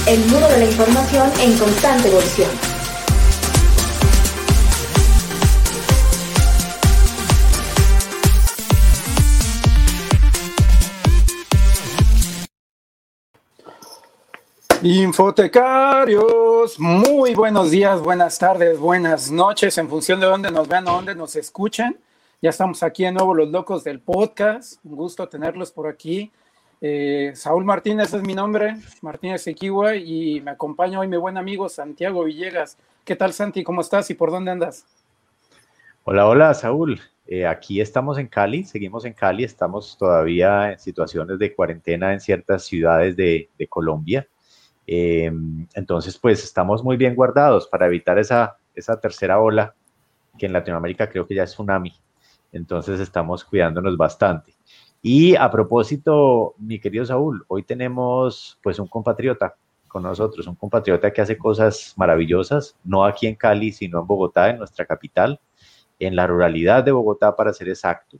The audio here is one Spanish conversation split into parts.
el mundo de la información en constante evolución. Infotecarios, muy buenos días, buenas tardes, buenas noches, en función de dónde nos vean o dónde nos escuchen. Ya estamos aquí de nuevo, los locos del podcast. Un gusto tenerlos por aquí. Saúl Martínez es mi nombre, Martínez Equihua, y me acompaña hoy mi buen amigo Santiago Villegas. ¿Qué tal, Santi? ¿Cómo estás y por dónde andas? Hola, hola, Saúl. Aquí estamos en Cali, seguimos en Cali, estamos todavía en situaciones de cuarentena en ciertas ciudades de Colombia. Entonces, pues estamos muy bien guardados para evitar esa tercera ola que en Latinoamérica creo que ya es tsunami. Entonces estamos cuidándonos bastante. Y a propósito, mi querido Saúl, hoy tenemos pues un compatriota con nosotros, un compatriota que hace cosas maravillosas, no aquí en Cali, sino en Bogotá, en nuestra capital, en la ruralidad de Bogotá, para ser exacto.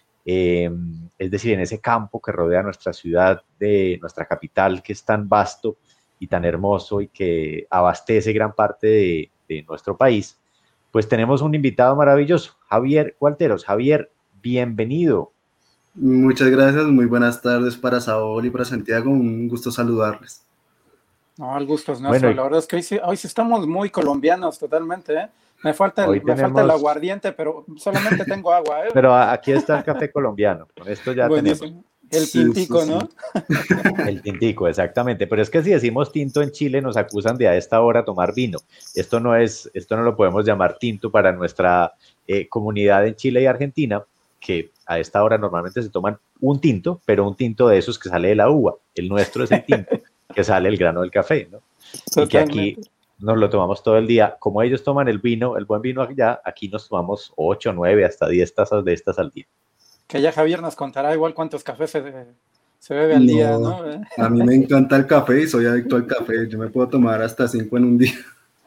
Es decir, en ese campo que rodea nuestra ciudad, de nuestra capital, que es tan vasto y tan hermoso y que abastece gran parte de nuestro país, pues tenemos un invitado maravilloso, Javier Gualteros. Javier, bienvenido. Muchas gracias, muy buenas tardes para Saúl y para Santiago, un gusto saludarles. No, el gusto es nuestro. Bueno, la verdad es que hoy sí estamos muy colombianos totalmente, ¿eh? Me falta el aguardiente, pero solamente tengo agua, ¿eh? Pero aquí está el café colombiano, con esto ya buenísimo. Tenemos. El tintico, sí. ¿No? El tintico, exactamente. Pero es que si decimos tinto en Chile nos acusan de a esta hora tomar vino. Esto no lo podemos llamar tinto para nuestra comunidad en Chile y Argentina, que a esta hora normalmente se toman un tinto, pero un tinto de esos que sale de la uva. El nuestro es el tinto que sale el grano del café, ¿no? Totalmente. Y que aquí nos lo tomamos todo el día. Como ellos toman el vino, el buen vino allá, aquí nos tomamos 8, 9, hasta 10 tazas de estas al día. Que ya Javier nos contará igual cuántos cafés se bebe al día, ¿no? A mí me encanta el café y soy adicto al café. Yo me puedo tomar hasta 5 en un día.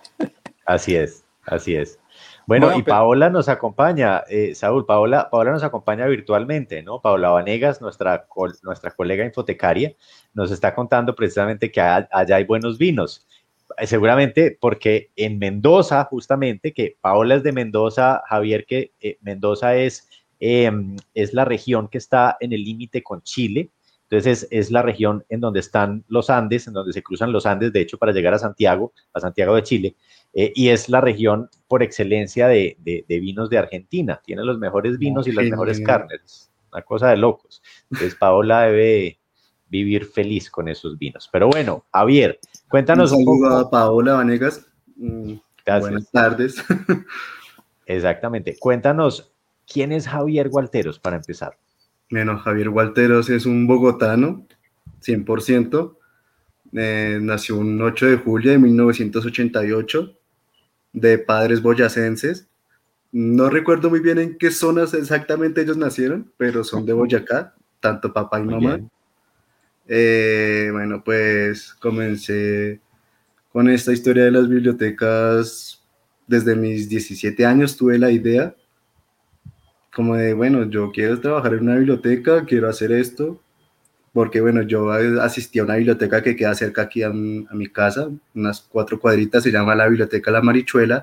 Así es, así es. Bueno, y Paola nos acompaña, Saúl, Paola nos acompaña virtualmente, ¿no? Paola Vanegas, nuestra colega infotecaria, nos está contando precisamente que allá hay buenos vinos. Seguramente porque en Mendoza, justamente, que Paola es de Mendoza, Javier, que Mendoza es la región que está en el límite con Chile. Entonces es la región en donde están los Andes, en donde se cruzan los Andes, de hecho, para llegar a Santiago de Chile. Y es la región por excelencia de vinos de Argentina. Tiene los mejores vinos y las mejores carnes. Una cosa de locos. Entonces Paola debe vivir feliz con esos vinos. Pero bueno, Javier, cuéntanos un poco. A Paola Vanegas. Buenas tardes. Exactamente. Cuéntanos, ¿quién es Javier Gualteros para empezar? Bueno, Javier Gualteros es un bogotano, 100%. Nació un 8 de julio de 1988, de padres boyacenses. No recuerdo muy bien en qué zonas exactamente ellos nacieron, pero son de Boyacá, tanto papá y mamá. Bueno, pues comencé con esta historia de las bibliotecas desde mis 17 años. Tuve la idea como de, bueno, yo quiero trabajar en una biblioteca, quiero hacer esto, porque bueno, yo asistí a una biblioteca que queda cerca aquí a mi casa, unas 4 cuadritas, se llama la Biblioteca La Marichuela,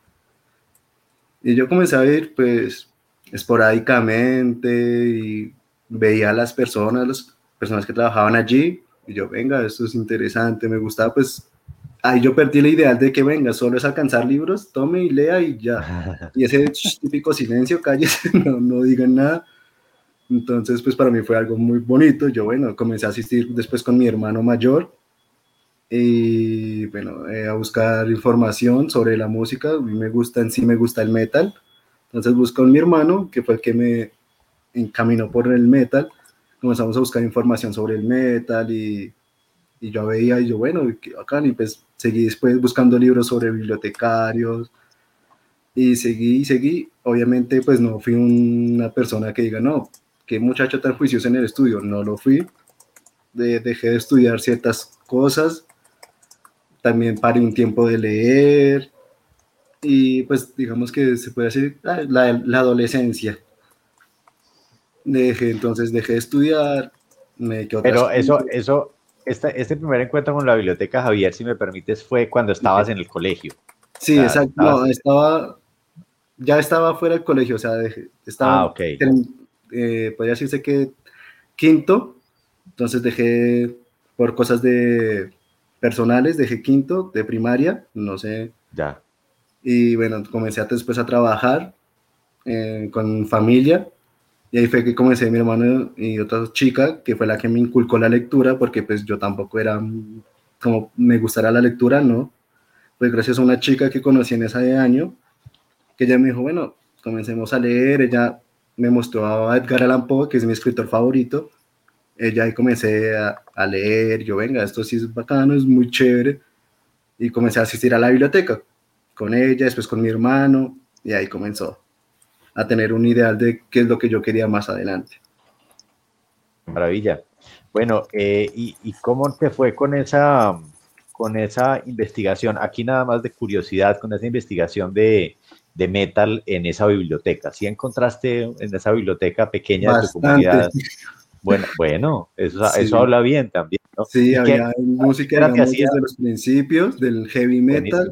y yo comencé a ir pues esporádicamente y veía a las personas que trabajaban allí, y yo, venga, esto es interesante, me gustaba, pues ahí yo perdí el ideal de que venga, solo es alcanzar libros, tome y lea y ya, y ese típico silencio, cállese, no digan nada. Entonces, pues para mí fue algo muy bonito. Yo, bueno, comencé a asistir después con mi hermano mayor y, bueno, a buscar información sobre la música. A mí me gusta el metal. Entonces busco a mi hermano, que fue el que me encaminó por el metal. Comenzamos a buscar información sobre el metal y yo veía, y yo, bueno, qué bacán. Y pues seguí después buscando libros sobre bibliotecarios y seguí. Obviamente, pues no fui una persona que diga, no, qué muchacho tan juicioso en el estudio. No lo fui. Dejé de estudiar ciertas cosas. También paré un tiempo de leer. Y pues digamos que se puede decir la adolescencia. Dejé de estudiar. Pero eso este primer encuentro con la biblioteca, Javier, si me permites, fue cuando estabas en el colegio. O Sí, sea, exacto. No, ya estaba fuera del colegio, o sea, ok, podría decirse que quinto, entonces dejé por cosas de personales, dejé quinto de primaria, no sé, ya. y bueno, comencé después a trabajar con familia, y ahí fue que comencé mi hermano y otra chica, que fue la que me inculcó la lectura, porque pues yo tampoco era como me gustara la lectura, ¿no? Pues gracias a una chica que conocí en ese año, que ella me dijo, bueno, comencemos a leer, ella me mostró a Edgar Allan Poe, que es mi escritor favorito, ella ahí comencé a leer, yo venga, esto sí es bacano, es muy chévere, y comencé a asistir a la biblioteca con ella, después con mi hermano, y ahí comenzó a tener un ideal de qué es lo que yo quería más adelante. Maravilla. Bueno, ¿y cómo te fue con esa investigación? Aquí nada más de curiosidad, con esa investigación de metal en esa biblioteca. ¿Sí encontraste en esa biblioteca pequeña de tu Bastante, comunidad? Bueno, eso sí, habla bien también, ¿no? sí, ¿Y había qué música, cara te digamos, hacía? desde los principios del heavy metal Buenísimo,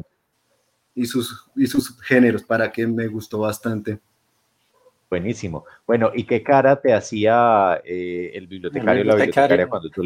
y sus géneros, para que me gustó bastante. buenísimo. Bueno, ¿y qué cara te hacía el El bibliotecario o la bibliotecaria bibliotecario. cuando tú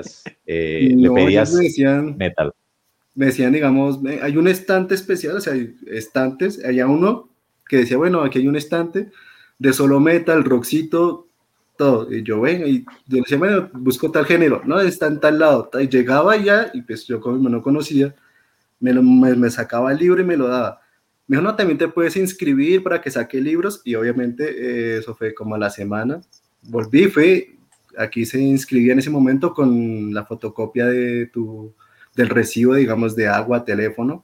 le No, ellos pedías metal? me decían, digamos, hay un estante especial, o sea, hay estantes, había uno que decía, bueno, aquí hay un estante de solo metal, rockcito, todo, y yo, venga, y yo decía, bueno, busco tal género, no, está en tal lado, y llegaba ya, y pues yo como no conocía, me sacaba el libro y me lo daba. Me dijo, no, también te puedes inscribir para que saque libros, y obviamente eso fue como a la semana, aquí se inscribía en ese momento con la fotocopia del recibo, digamos, de agua, teléfono,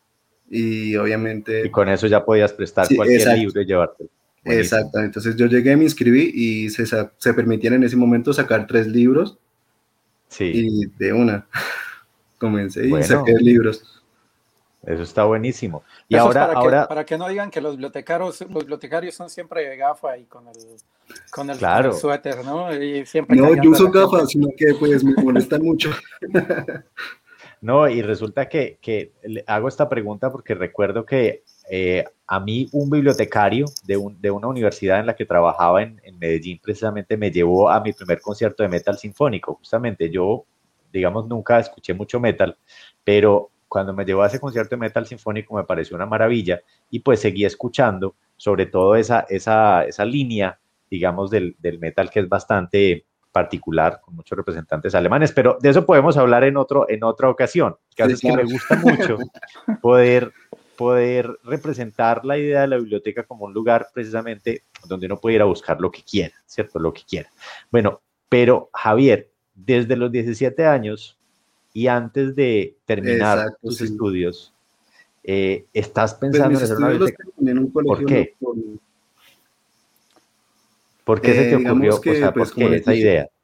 y Y obviamente, con eso ya podías prestar sí, cualquier exacto, libro y llevártelo. Buenísimo. exacto. Entonces yo llegué, me inscribí y se permitían en ese momento sacar 3 libros Sí, y de una comencé y saqué bueno, libros. eso está buenísimo. Y Eso es ahora, para que no digan que los bibliotecarios son siempre de gafa y con el claro, suéter, ¿no? Y siempre No, yo callando a uso la gente. gafas, sino que pues me molestan mucho. no, y resulta que hago esta pregunta porque recuerdo que a mí un bibliotecario de una universidad en la que trabajaba en Medellín precisamente me llevó a mi primer concierto de metal sinfónico. Justamente yo, digamos, nunca escuché mucho metal, pero cuando me llevó a ese concierto de metal sinfónico me pareció una maravilla y pues seguí escuchando sobre todo esa línea, digamos, del metal que es bastante particular, con muchos representantes alemanes, pero de eso podemos hablar en otra ocasión. El caso Sí, es que me claro. gusta mucho poder, poder representar la idea de la biblioteca como un lugar precisamente donde uno puede ir a buscar lo que quiera, ¿cierto? Lo que quiera. Bueno, pero Javier, desde los 17 años y antes de terminar Exacto, tus sí. estudios, ¿estás Pues pensando mis en hacer una estudios los biblioteca? terminé en un ¿Por colegio qué? nocturno. ¿Por qué se te Digamos ocurrió? O que, sea, pues ¿por como qué les esa dije, idea?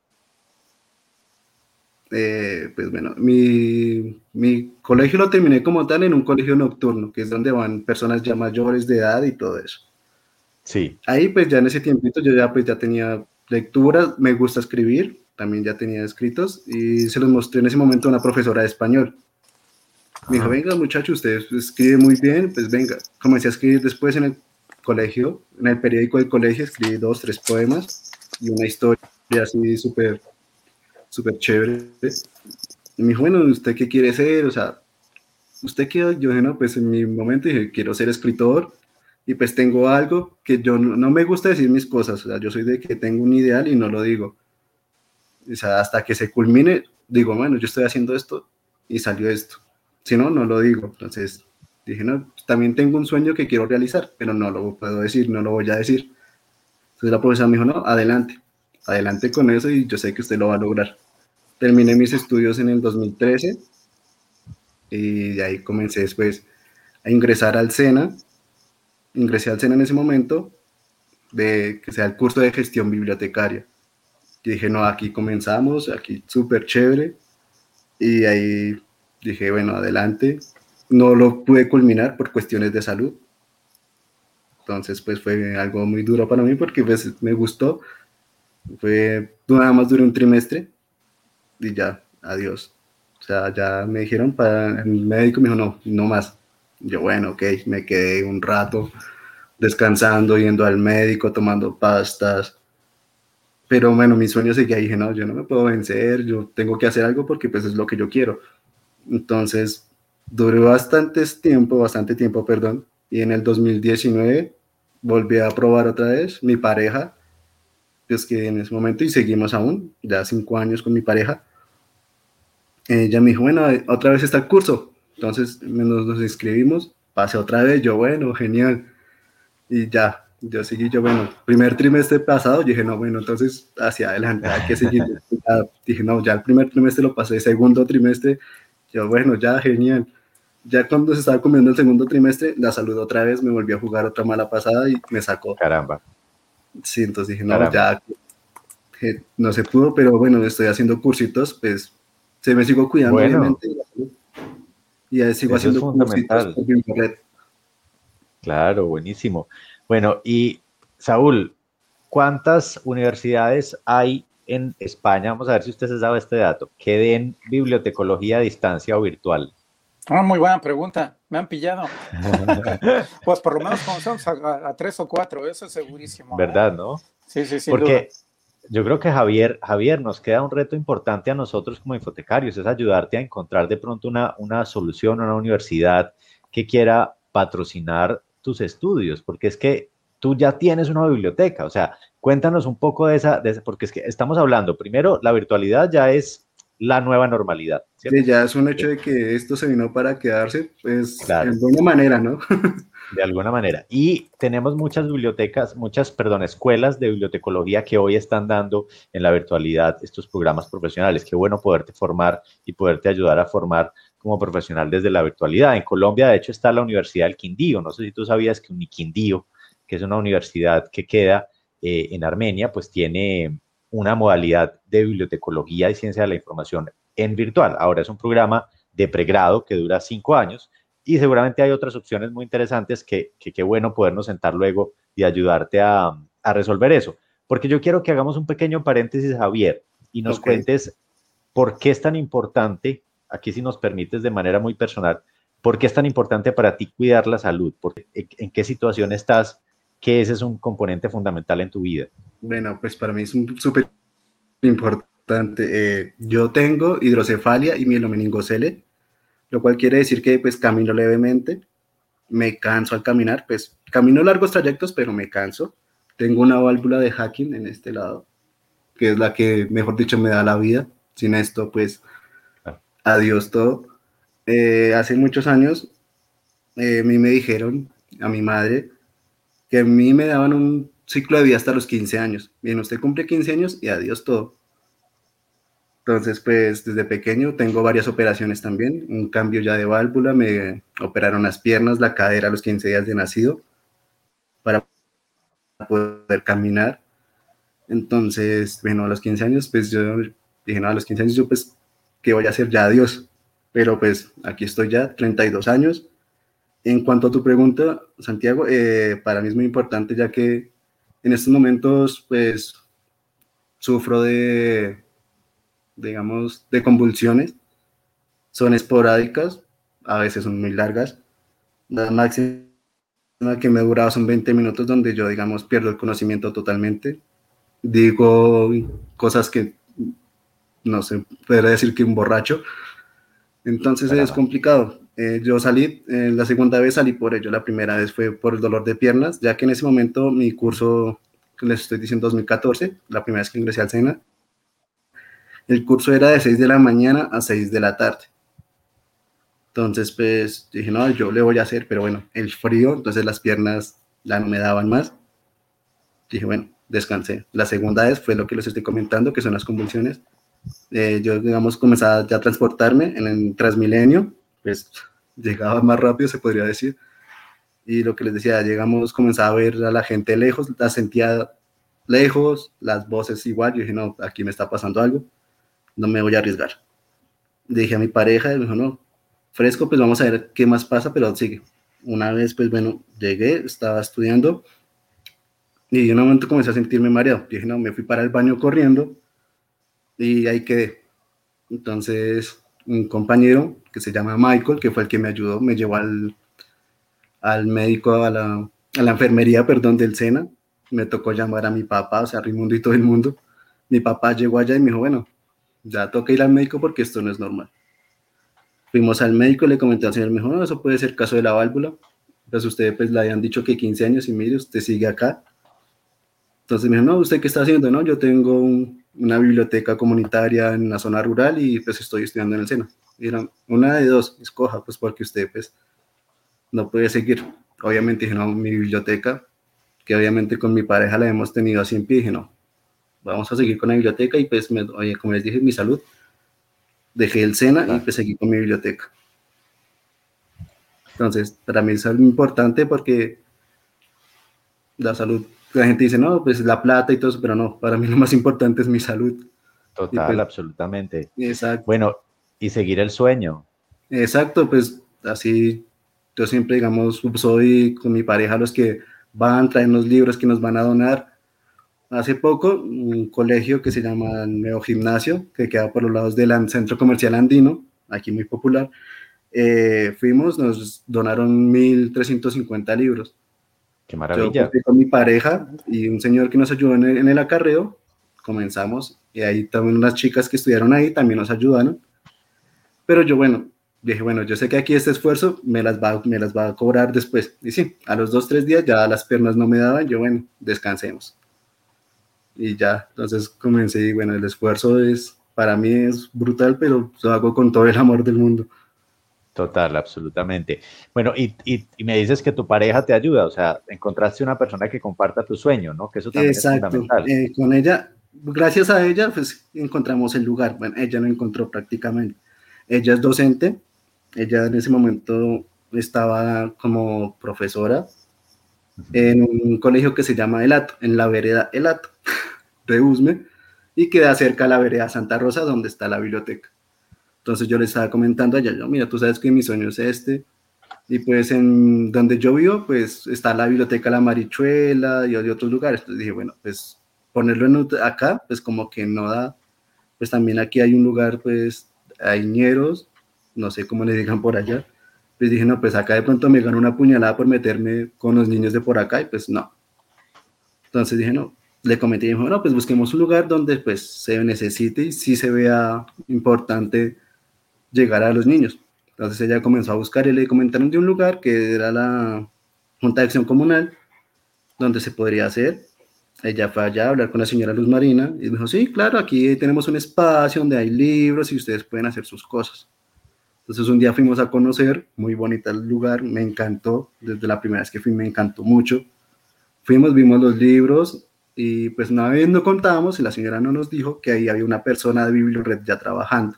pues bueno, mi colegio lo terminé como tal en un colegio nocturno, que es donde van personas ya mayores de edad y todo eso. Sí, Ahí pues ya en ese tiempito yo ya pues ya tenía lecturas, me gusta escribir, también ya tenía escritos y se los mostré en ese momento a una profesora de español. Me dijo, ajá, venga muchacho, usted escribe muy bien, pues venga. Comencé a escribir después en el colegio, en el periódico del colegio, escribí 2, 3 poemas y una historia así súper, súper chévere. Y me dijo, bueno, ¿usted qué quiere ser? O sea, ¿usted qué? Yo dije, no, pues en mi momento dije, quiero ser escritor y pues tengo algo que yo no me gusta decir mis cosas. O sea, yo soy de que tengo un ideal y no lo digo. O sea, hasta que se culmine, digo, bueno, yo estoy haciendo esto y salió esto. Si no, no lo digo. Entonces dije, no, también tengo un sueño que quiero realizar, pero no lo puedo decir, no lo voy a decir. Entonces la profesora me dijo, no, adelante, adelante con eso y yo sé que usted lo va a lograr. Terminé mis estudios en el 2013 y de ahí comencé después a ingresar al SENA. Ingresé al SENA en ese momento, de que sea el curso de gestión bibliotecaria. Y dije, no, aquí comenzamos, aquí súper chévere. Y ahí dije, bueno, adelante. No lo pude culminar por cuestiones de salud. Entonces, pues fue algo muy duro para mí porque pues me gustó. Nada más duré un trimestre y ya, adiós. O sea, ya me dijeron, para el médico me dijo, no, no más. Yo, bueno, ok, me quedé un rato descansando, yendo al médico, tomando pastas. Pero bueno, mi sueño seguía, dije, no, yo no me puedo vencer, yo tengo que hacer algo porque pues es lo que yo quiero. Entonces, duré bastante tiempo, perdón, y en el 2019 volví a probar otra vez mi pareja, pues que en ese momento, y seguimos aún, ya 5 años con mi pareja. Ella me dijo, bueno, otra vez está el curso. Entonces nos inscribimos, pasé otra vez, yo, bueno, genial. Y ya, yo seguí, yo, bueno, primer trimestre pasado, yo dije, no, bueno, entonces hacia adelante, hay que seguir. Ya, dije, no, ya el primer trimestre lo pasé, segundo trimestre, yo, bueno, ya, genial. Ya cuando se estaba comiendo el segundo trimestre, la salud otra vez, me volvió a jugar otra mala pasada y me sacó. Caramba, Sí, entonces dije, no, caramba. ya no se pudo, pero bueno, estoy haciendo cursitos, pues se me sigo cuidando, Bueno, obviamente, y ahí sigo eso es haciendo cursitos fundamental. por internet. Claro, buenísimo. Bueno, y Saúl, ¿cuántas universidades hay en España? Vamos a ver si usted se sabe este dato, que den bibliotecología a distancia o virtual. Muy buena pregunta. Me han pillado. Pues por lo menos conocemos a tres o cuatro, eso es segurísimo, ¿eh? ¿Verdad, no? Sí, sí, sin duda. Porque yo creo que Javier, nos queda un reto importante a nosotros como hipotecarios, es ayudarte a encontrar de pronto una solución, una universidad que quiera patrocinar tus estudios, porque es que tú ya tienes una biblioteca, o sea, cuéntanos un poco porque es que estamos hablando, primero, la virtualidad ya es la nueva normalidad, Sí, ¿cierto? ya es un hecho Eh, de que esto se vino para quedarse, pues Claro. en buena manera, ¿no? De alguna manera. Y tenemos muchas bibliotecas, escuelas de bibliotecología que hoy están dando en la virtualidad estos programas profesionales. Qué bueno poderte formar y poderte ayudar a formar como profesional desde la virtualidad. En Colombia, de hecho, está la Universidad del Quindío. No sé si tú sabías que Uniquindío, que es una universidad que queda en Armenia, pues tiene una modalidad de bibliotecología y ciencia de la información en virtual. Ahora es un programa de pregrado que dura 5 años y seguramente hay otras opciones muy interesantes que qué bueno podernos sentar luego y ayudarte a resolver eso. Porque yo quiero que hagamos un pequeño paréntesis, Javier, y nos Ok, cuentes por qué es tan importante, aquí si nos permites de manera muy personal, por qué es tan importante para ti cuidar la salud, porque en qué situación estás, que ese es un componente fundamental en tu vida. bueno, pues para mí es súper importante. Yo tengo hidrocefalia y mielomeningocele, lo cual quiere decir que pues camino levemente, me canso al caminar, pues camino largos trayectos, pero me canso. Tengo una válvula de hacking en este lado, que es la que, mejor dicho, me da la vida. Sin esto, pues, Ah, adiós todo. Hace muchos años, a mí me dijeron, a mi madre, que a mí me daban un ciclo de vida hasta los 15 años. Bien, usted cumple 15 años y adiós todo. Entonces, pues desde pequeño tengo varias operaciones también, un cambio ya de válvula, me operaron las piernas, la cadera a los 15 días de nacido para poder caminar. Entonces, bueno, a los 15 años, pues yo dije, no, a los 15 años yo pues, ¿qué voy a hacer? Ya adiós. Pero pues aquí estoy ya, 32 años. En cuanto a tu pregunta, Santiago, para mí es muy importante ya que en estos momentos pues sufro de, digamos, de convulsiones. Son esporádicas, a veces son muy largas. La máxima que me ha durado son 20 minutos donde yo, digamos, pierdo el conocimiento totalmente. Digo cosas que no sé, podría decir que un borracho. Entonces es caramba. complicado. Yo salí, la segunda vez salí por ello, la primera vez fue por el dolor de piernas, ya que en ese momento mi curso, que les estoy diciendo 2014, la primera vez que ingresé al SENA, el curso era de 6 de la mañana a 6 de la tarde. Entonces, pues dije, no, yo le voy a hacer, pero bueno, el frío, entonces las piernas ya no me daban más. Dije, bueno, descansé. La segunda vez fue lo que les estoy comentando, que son las convulsiones. Yo, digamos, comenzaba ya a transportarme en el Transmilenio, pues llegaba más rápido, se podría decir. Y lo que les decía, llegamos, comenzaba a ver a la gente lejos, la sentía lejos, las voces igual. Yo dije, no, aquí me está pasando algo, no me voy a arriesgar. Le dije a mi pareja, y me dijo, no, fresco, pues vamos a ver qué más pasa, pero sigue. Una vez, pues bueno, llegué, estaba estudiando y en un momento comencé a sentirme mareado. Dije, no, me fui para el baño corriendo y ahí quedé. Entonces, un compañero que se llama Michael, que fue el que me ayudó, me llevó al médico, a la enfermería, perdón, del SENA. Me tocó llamar a mi papá, o sea, Raimundo y todo el mundo. Mi papá llegó allá y me dijo, bueno, ya toca ir al médico porque esto no es normal. Fuimos al médico, le comenté al señor, me dijo, no, eso puede ser caso de la válvula. Pues usted pues le habían dicho que 15 años y mire, usted sigue acá. Entonces me dijo, no, ¿usted qué está haciendo? No, yo tengo una biblioteca comunitaria en la zona rural y pues estoy estudiando en el SENA. Y eran una de dos, escoja, pues porque usted pues no puede seguir. Obviamente dije, no, mi biblioteca, que obviamente con mi pareja la hemos tenido así en pie, dije, no, vamos a seguir con la biblioteca y pues, oye, como les dije, mi salud, dejé el SENA y pues seguí con mi biblioteca. Entonces, para mí es algo importante porque la salud, la gente dice, no, pues la plata y todo eso, pero no, para mí lo más importante es mi salud. Total, pues, absolutamente. Exacto. Bueno, y seguir el sueño. Exacto, pues así yo siempre, digamos, soy con mi pareja los que van, traen los libros que nos van a donar. Hace poco, un colegio que se llama Neo Gimnasio, que queda por los lados del Centro Comercial Andino, aquí muy popular, fuimos, nos donaron 1.350 libros. ¡Qué maravilla! Yo fui con mi pareja y un señor que nos ayudó en el acarreo, comenzamos, y ahí también unas chicas que estudiaron ahí también nos ayudaron. Pero yo, bueno, dije, bueno, yo sé que aquí este esfuerzo me las va a cobrar después. Y sí, a los 2, 3 días ya las piernas no me daban, yo, bueno, descansemos. Y ya, entonces comencé y bueno, el esfuerzo para mí es brutal, pero lo hago con todo el amor del mundo. Total, absolutamente. Bueno, y me dices que tu pareja te ayuda, o sea, encontraste una persona que comparta tu sueño, ¿no? Que eso también Exacto. es fundamental. Con ella, gracias a ella, pues encontramos el lugar. Bueno, ella no encontró prácticamente. Ella es docente, ella en ese momento estaba como profesora en un colegio que se llama El Hato, en la vereda El Hato de Usme, y queda cerca a la vereda Santa Rosa, donde está la biblioteca. Entonces yo le estaba comentando a ella, yo, mira, tú sabes que mi sueño es este, y pues en donde yo vivo, pues está la biblioteca La Marichuela y otros lugares. Entonces dije, bueno, pues ponerlo acá, pues como que no da, pues también aquí hay un lugar, pues hay ñeros, no sé cómo le digan por allá. Pues dije, no, pues acá de pronto me gano una puñalada por meterme con los niños de por acá, y pues no. Entonces dije, no, le comenté y dijo, no, pues busquemos un lugar donde pues se necesite y sí se vea importante llegar a los niños. Entonces ella comenzó a buscar y le comentaron de un lugar que era la Junta de Acción Comunal, donde se podría hacer. Ella fue allá a hablar con la señora Luz Marina y dijo, sí, claro, aquí tenemos un espacio donde hay libros y ustedes pueden hacer sus cosas. Entonces un día fuimos a conocer, muy bonito el lugar, me encantó, desde la primera vez que fui me encantó mucho. Fuimos, vimos los libros y pues una vez no contábamos y la señora no nos dijo que ahí había una persona de Bibliored ya trabajando,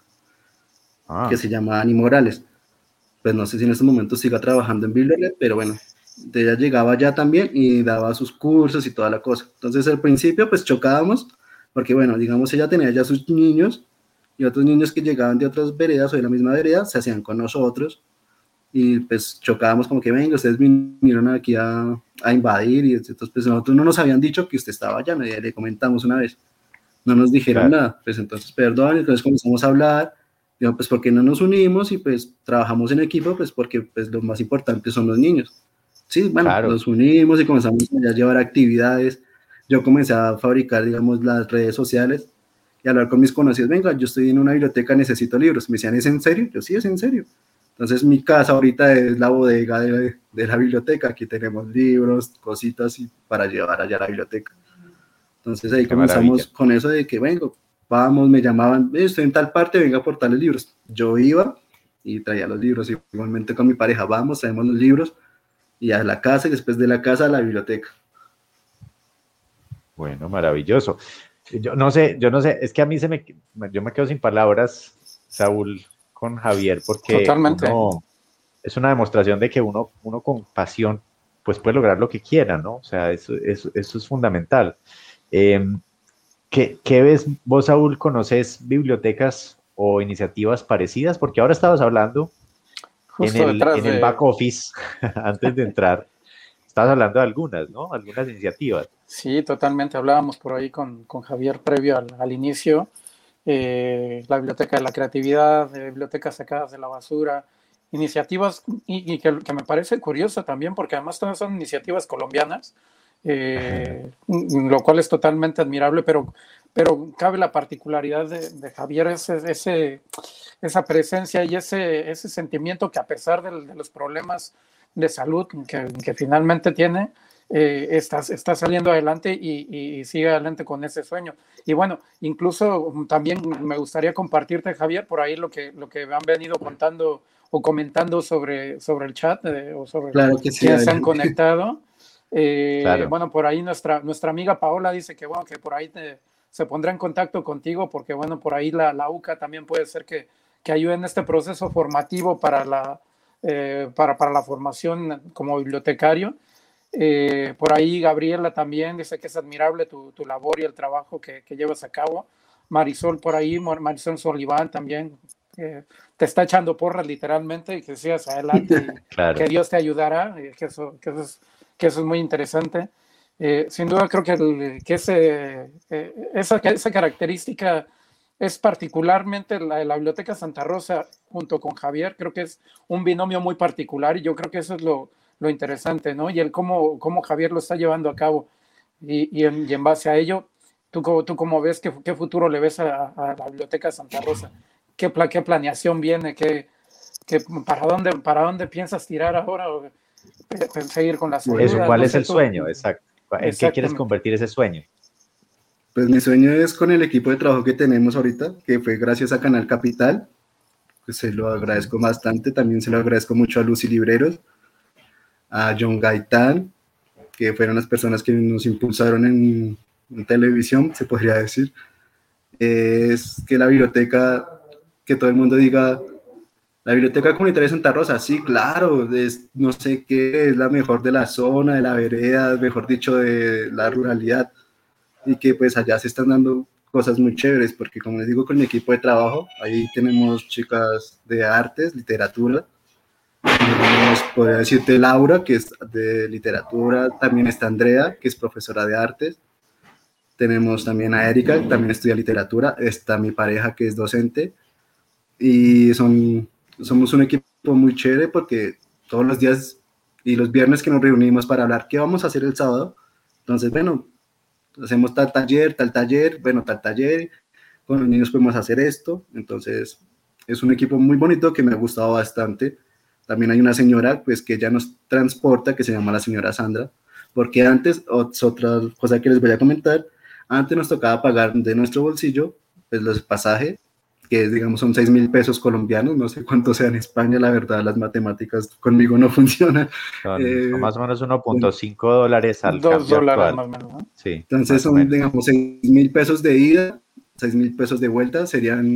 que se llama Ani Morales. Pues no sé si en estos momentos siga trabajando en Bibliored, pero bueno, ella llegaba ya también y daba sus cursos y toda la cosa. Entonces al principio pues chocábamos, porque bueno, digamos ella tenía ya sus niños y otros niños que llegaban de otras veredas o de la misma vereda se hacían con nosotros y pues chocábamos como que venga, ustedes vinieron aquí a invadir y entonces pues nosotros no nos habían dicho que usted estaba allá, le comentamos una vez, no nos dijeron nada, pues entonces perdón, entonces comenzamos a hablar, digo, pues porque no nos unimos y pues trabajamos en equipo, pues porque pues lo más importante son los niños. Sí, bueno, claro. Nos unimos y comenzamos a llevar actividades, yo comencé a fabricar, digamos, las redes sociales y hablar con mis conocidos, venga, yo estoy en una biblioteca, necesito libros, me decían, ¿es en serio? Yo, sí, es en serio. Entonces mi casa ahorita es la bodega de la biblioteca, aquí tenemos libros, cositas y para llevar allá a la biblioteca. Entonces ahí comenzamos con eso de que, vengo, vamos, me llamaban, estoy en tal parte, venga a aportar los libros. Yo iba y traía los libros, igualmente con mi pareja, vamos, traemos los libros y a la casa y después de la casa a la biblioteca. Bueno, maravilloso. Yo no sé, es que a mí yo me quedo sin palabras, Saúl, con Javier, porque es una demostración de que uno con pasión pues puede lograr lo que quiera, ¿no? O sea, eso es fundamental. ¿Qué ves vos, Saúl? ¿Conoces bibliotecas o iniciativas parecidas? Porque ahora estabas hablando en el back office, antes de entrar, estabas hablando de algunas, ¿no? Algunas iniciativas. Sí, totalmente. Hablábamos por ahí con Javier previo al inicio la Biblioteca de la Creatividad, bibliotecas sacadas de la basura, iniciativas y que me parece curioso también porque además todas son iniciativas colombianas, lo cual es totalmente admirable, pero cabe la particularidad de Javier, esa presencia y ese sentimiento que a pesar de los problemas de salud que finalmente tiene, está saliendo adelante y sigue adelante con ese sueño. Y bueno, incluso también me gustaría compartirte, Javier, por ahí lo que han venido contando o comentando sobre el chat o sobre Claro que sí, quienes se han adelante. conectado. Claro. Bueno, por ahí nuestra amiga Paola dice que por ahí se pondrá en contacto contigo porque bueno, por ahí la UCA también puede ser que ayude en este proceso formativo para la formación como bibliotecario. Por ahí Gabriela también dice que es admirable tu labor y el trabajo que llevas a cabo. Marisol por ahí, Marisol Soliván también, te está echando porras literalmente y que sigas adelante y Claro. que Dios te ayudará, que eso es muy interesante. Sin duda creo que esa característica es particularmente la Biblioteca Santa Rosa junto con Javier, creo que es un binomio muy particular y yo creo que eso es lo interesante, ¿no? Y el cómo Javier lo está llevando a cabo y en base a ello, ¿tú cómo ves qué futuro le ves a la Biblioteca Santa Rosa? ¿Qué planeación viene? ¿Para dónde piensas tirar ahora? ¿O seguir con las ayudas? Eso, ¿cuál No es sé, el sueño? Exacto. ¿En qué quieres convertir ese sueño? Pues mi sueño es con el equipo de trabajo que tenemos ahorita, que fue gracias a Canal Capital, pues se lo agradezco bastante, también se lo agradezco mucho a Lucy Libreros, a John Gaitán, que fueron las personas que nos impulsaron en televisión, se podría decir. Es que la biblioteca, que todo el mundo diga, la Biblioteca Comunitaria de Santa Rosa, sí, claro, no sé qué, es la mejor de la zona, de la vereda, mejor dicho, de la ruralidad, y que pues allá se están dando cosas muy chéveres, porque como les digo, con mi equipo de trabajo, ahí tenemos chicas de artes, literatura, podría decirte Laura, que es de literatura, también está Andrea, que es profesora de artes, tenemos también a Erika, que también estudia literatura, está mi pareja, que es docente, y somos un equipo muy chévere porque todos los días y los viernes que nos reunimos para hablar qué vamos a hacer el sábado, entonces, bueno, hacemos tal taller, bueno, tal taller, con los niños podemos hacer esto, entonces es un equipo muy bonito que me ha gustado bastante. También hay una señora, pues, que ya nos transporta, que se llama la señora Sandra, porque antes, otra cosa que les voy a comentar, antes nos tocaba pagar de nuestro bolsillo, pues, los pasajes, que digamos son 6.000 pesos colombianos, no sé cuánto sea en España, la verdad, las matemáticas conmigo no funcionan. Son más o menos $1.5 al cambio $2 actual. más o menos, ¿no? Sí, entonces son, digamos, 6.000 pesos de ida, 6.000 pesos de vuelta,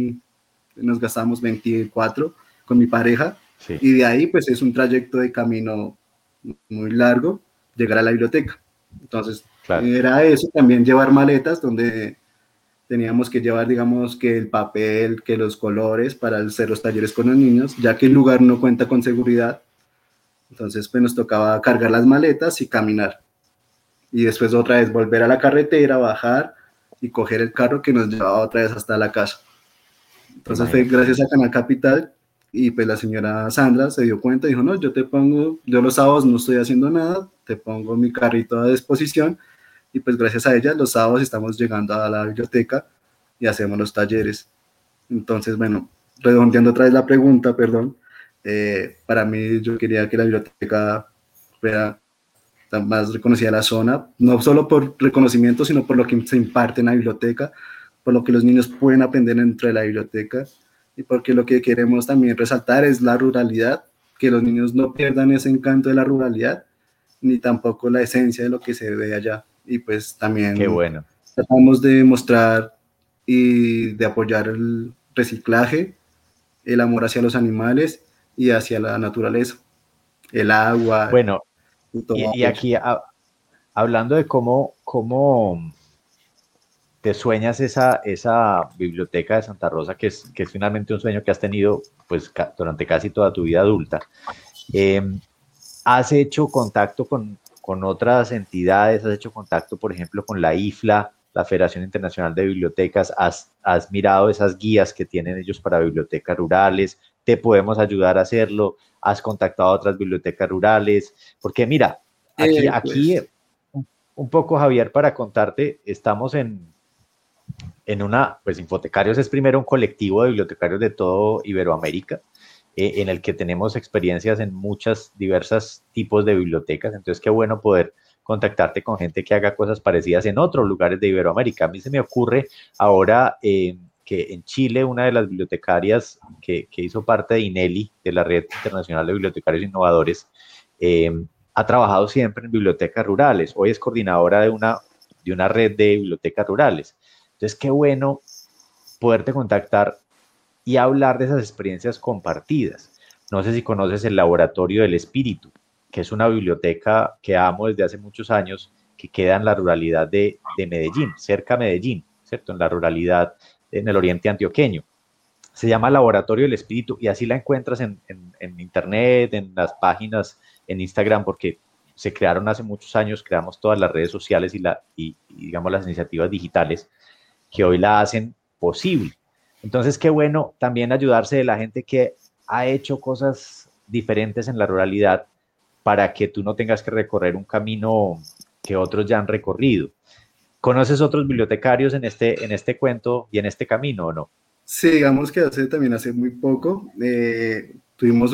nos gastamos 24 con mi pareja, sí. Y de ahí pues es un trayecto de camino muy largo, llegar a la biblioteca. Entonces, claro, era eso, también llevar maletas donde teníamos que llevar, digamos, que el papel, que los colores para hacer los talleres con los niños, ya que el lugar no cuenta con seguridad. Entonces, pues nos tocaba cargar las maletas y caminar. Y después otra vez volver a la carretera, bajar y coger el carro que nos llevaba otra vez hasta la casa. Entonces fue gracias a Canal Capital y pues la señora Sandra se dio cuenta y dijo, no, yo los sábados no estoy haciendo nada, te pongo mi carrito a disposición y pues gracias a ella los sábados estamos llegando a la biblioteca y hacemos los talleres. Entonces, bueno, redondeando otra vez la pregunta, perdón, para mí yo quería que la biblioteca fuera más reconocida en la zona, no solo por reconocimiento, sino por lo que se imparte en la biblioteca, por lo que los niños pueden aprender dentro de la biblioteca y porque lo que queremos también resaltar es la ruralidad, que los niños no pierdan ese encanto de la ruralidad, ni tampoco la esencia de lo que se ve allá. Y pues también tratamos de mostrar y de apoyar el reciclaje, el amor hacia los animales y hacia la naturaleza, el agua. Bueno, y aquí hablando de cómo te sueñas esa biblioteca de Santa Rosa, que es finalmente un sueño que has tenido pues durante casi toda tu vida adulta, ¿has hecho contacto con otras entidades? ¿Has hecho contacto, por ejemplo, con la IFLA la Federación Internacional de Bibliotecas, has mirado esas guías que tienen ellos para bibliotecas rurales, te podemos ayudar a hacerlo, has contactado a otras bibliotecas rurales, porque mira, aquí Pues, un poco, Javier, para contarte, estamos en pues Infotecarios es primero un colectivo de bibliotecarios de todo Iberoamérica, en el que tenemos experiencias en muchas diversas tipos de bibliotecas, entonces qué bueno poder contactarte con gente que haga cosas parecidas en otros lugares de Iberoamérica. A mí se me ocurre ahora que en Chile una de las bibliotecarias que hizo parte de INELI, de la Red Internacional de Bibliotecarios Innovadores, ha trabajado siempre en bibliotecas rurales. Hoy es coordinadora de una red de bibliotecas rurales. Entonces, qué bueno poderte contactar y hablar de esas experiencias compartidas. No sé si conoces el Laboratorio del Espíritu, que es una biblioteca que amo desde hace muchos años, que queda en la ruralidad de Medellín, cerca de Medellín, ¿cierto? En la ruralidad, en el oriente antioqueño. Se llama Laboratorio del Espíritu y así la encuentras en internet, en las páginas, en Instagram, porque se crearon hace muchos años, creamos todas las redes sociales y digamos las iniciativas digitales que hoy la hacen posible. Entonces, qué bueno también ayudarse de la gente que ha hecho cosas diferentes en la ruralidad para que tú no tengas que recorrer un camino que otros ya han recorrido. ¿Conoces otros bibliotecarios en este cuento y en este camino o no? sí, digamos que hace muy poco tuvimos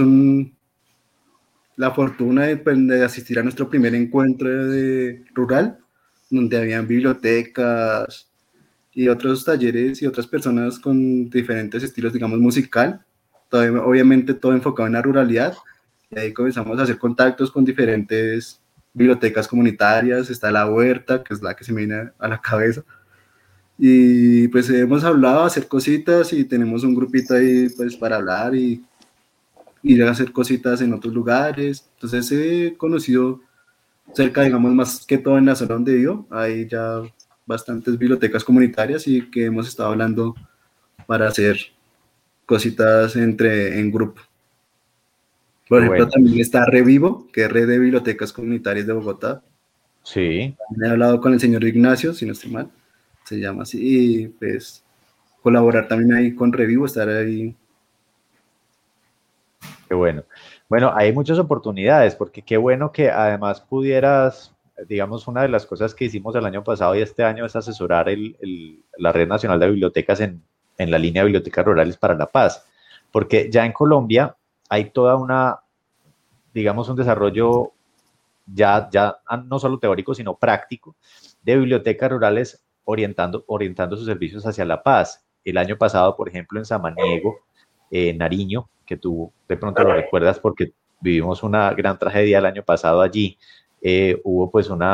la fortuna de asistir a nuestro primer encuentro rural, donde habían bibliotecas y otros talleres y otras personas con diferentes estilos, digamos, musical, obviamente todo enfocado en la ruralidad, y ahí comenzamos a hacer contactos con diferentes bibliotecas comunitarias. Está La Huerta, que es la que se me viene a la cabeza, y pues hemos hablado, hacer cositas, y tenemos un grupito ahí pues para hablar y ir a hacer cositas en otros lugares. Entonces he conocido cerca, digamos, más que todo en la zona donde vivo, hay ya bastantes bibliotecas comunitarias y que hemos estado hablando para hacer cositas en grupo. Por ejemplo, Bueno, también está Revivo, que es Red de Bibliotecas Comunitarias de Bogotá. sí, He hablado con el señor Ignacio, si no estoy mal, se llama así, y pues colaborar también ahí con Revivo, estar ahí. qué bueno. Bueno, hay muchas oportunidades, porque qué bueno que además pudieras, digamos, una de las cosas que hicimos el año pasado y este año es asesorar la Red Nacional de Bibliotecas en la línea de bibliotecas rurales para la paz, porque ya en Colombia hay toda digamos, un desarrollo ya no solo teórico, sino práctico, de bibliotecas rurales orientando sus servicios hacia la paz. El año pasado, por ejemplo, en Samaniego, Nariño, que tú de pronto lo recuerdas porque vivimos una gran tragedia el año pasado allí, hubo pues un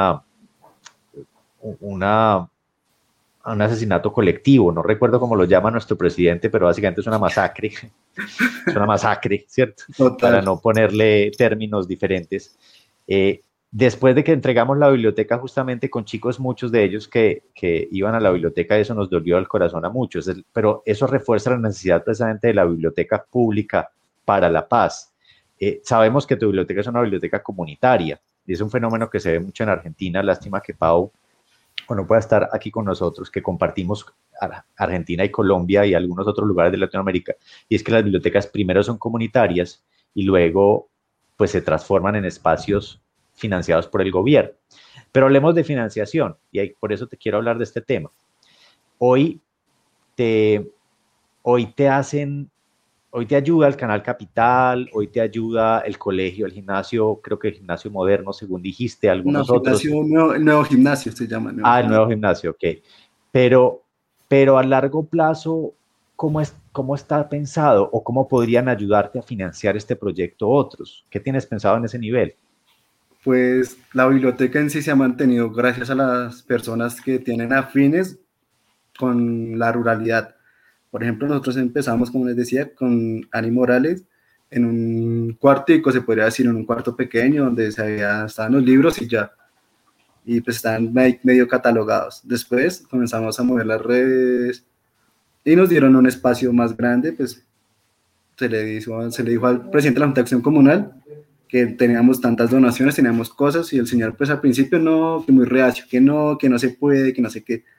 asesinato colectivo, no recuerdo cómo lo llama nuestro presidente, pero básicamente es una masacre, ¿cierto? Para Total. no ponerle términos diferentes. Después de que entregamos la biblioteca justamente con chicos, muchos de ellos que iban a la biblioteca, eso nos dolió el corazón a muchos, pero eso refuerza la necesidad precisamente de la biblioteca pública para la paz. Sabemos que tu biblioteca es una biblioteca comunitaria y es un fenómeno que se ve mucho en Argentina. Lástima que Pau no pueda estar aquí con nosotros, que compartimos Argentina y Colombia y algunos otros lugares de Latinoamérica, y es que las bibliotecas primero son comunitarias y luego pues se transforman en espacios financiados por el gobierno. Pero hablemos de financiación y por eso te quiero hablar de este tema. Hoy te ayuda el Canal Capital, hoy te ayuda el colegio, el gimnasio, creo que el gimnasio moderno, según dijiste, No, algunos otros. gimnasio, el nuevo gimnasio se llama. El nuevo gimnasio, ok. Pero a largo plazo, ¿cómo está pensado o cómo podrían ayudarte a financiar este proyecto otros? ¿Qué tienes pensado en ese nivel? Pues la biblioteca en sí se ha mantenido gracias a las personas que tienen afines con la ruralidad. Por ejemplo, nosotros empezamos, como les decía, con Ani Morales en un cuartico, se podría decir, en un cuarto pequeño donde estaban los libros y ya, y pues estaban medio catalogados. Después comenzamos a mover las redes y nos dieron un espacio más grande. Pues se le dijo al presidente de la Junta de Acción Comunal que teníamos tantas donaciones, teníamos cosas, y el señor pues al principio no, que muy reacio, que no se puede, que no sé qué.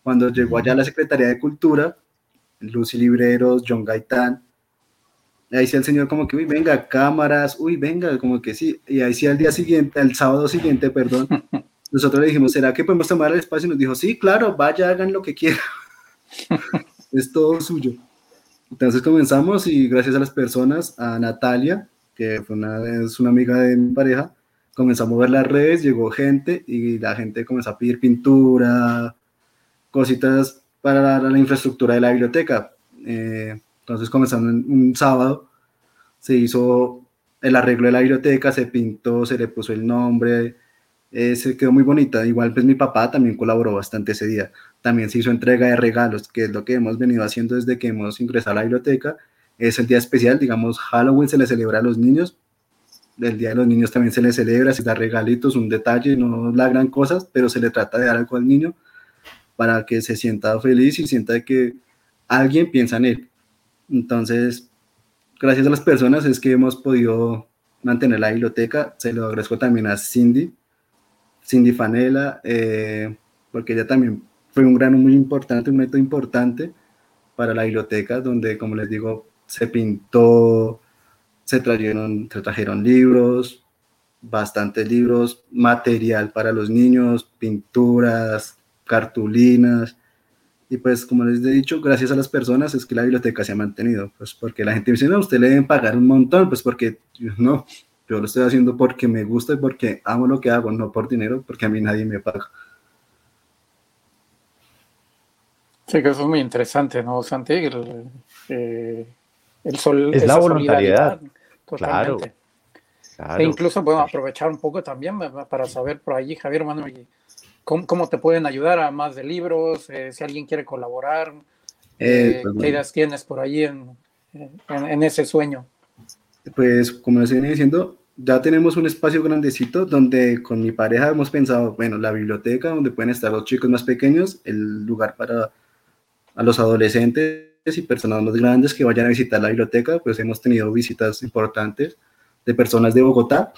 Cuando llegó allá a la Secretaría de Cultura, Lucy Libreros, John Gaitán, ahí sí el señor como que, uy, venga, cámaras, uy, venga, como que sí, y ahí sí al día siguiente, al sábado siguiente, perdón, nosotros le dijimos, ¿será que podemos tomar el espacio? Y nos dijo, sí, claro, vaya, hagan lo que quieran, es todo suyo. Entonces comenzamos y gracias a las personas, a Natalia, que es una amiga de mi pareja, comenzamos a mover las redes, llegó gente y la gente comenzó a pedir pintura, cositas para la infraestructura de la biblioteca. Entonces comenzando un sábado, se hizo el arreglo de la biblioteca, se pintó, se le puso el nombre, se quedó muy bonita. Igual pues mi papá también colaboró bastante ese día. También se hizo entrega de regalos, que es lo que hemos venido haciendo desde que hemos ingresado a la biblioteca. Es el día especial, digamos, Halloween se le celebra a los niños, el Día de los Niños también se le celebra, se da regalitos, un detalle, no la gran cosa, pero se le trata de dar algo al niño para que se sienta feliz y sienta que alguien piensa en él. Entonces, gracias a las personas es que hemos podido mantener la biblioteca. Se lo agradezco también a Cindy Fanela, porque ella también fue un grano muy importante, un método importante para la biblioteca, donde, como les digo, se pintó, se trajeron libros, bastantes libros, material para los niños, pinturas, cartulinas, y pues como les he dicho, gracias a las personas es que la biblioteca se ha mantenido, pues porque la gente dice, no, usted le deben pagar un montón, pues porque no, yo lo estoy haciendo porque me gusta y porque amo lo que hago, no por dinero, porque a mí nadie me paga. Sí, que eso es muy interesante, ¿no, Santi? Es la esa voluntariedad, solidaridad, claro, totalmente. E claro. incluso podemos aprovechar un poco también para saber por allí, Javier, hermano, y cómo te pueden ayudar a más de libros, si alguien quiere colaborar, Pues qué bueno, ideas tienes por allí en ese sueño. pues como les venía diciendo, ya tenemos un espacio grandecito donde con mi pareja hemos pensado, bueno, la biblioteca donde pueden estar los chicos más pequeños, el lugar para a los adolescentes y personas más grandes que vayan a visitar la biblioteca, pues hemos tenido visitas importantes de personas de Bogotá,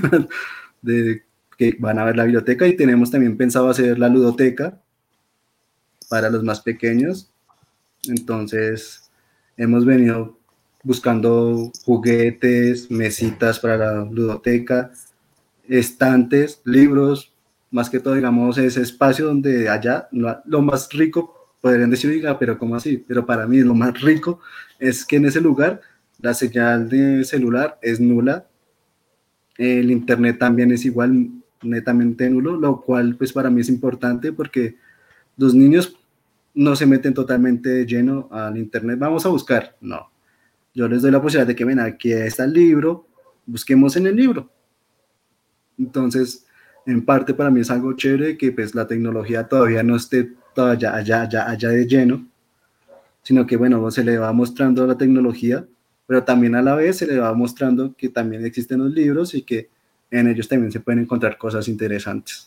de, que van a ver la biblioteca, y tenemos también pensado hacer la ludoteca para los más pequeños. Entonces hemos venido buscando juguetes, mesitas para la ludoteca, estantes, libros, más que todo, digamos, ese espacio donde allá lo más rico, podrían decir, oiga, pero ¿cómo así? Pero para mí lo más rico es que en ese lugar la señal de celular es nula, el internet también es igual, netamente nulo, lo cual pues para mí es importante porque los niños no se meten totalmente de lleno al internet, vamos a buscar, no. Yo les doy la posibilidad de que, ven, aquí está el libro, busquemos en el libro. Entonces, en parte para mí es algo chévere que pues la tecnología todavía no esté todavía allá de lleno, sino que bueno, se le va mostrando la tecnología, pero también a la vez se le va mostrando que también existen los libros y que en ellos también se pueden encontrar cosas interesantes.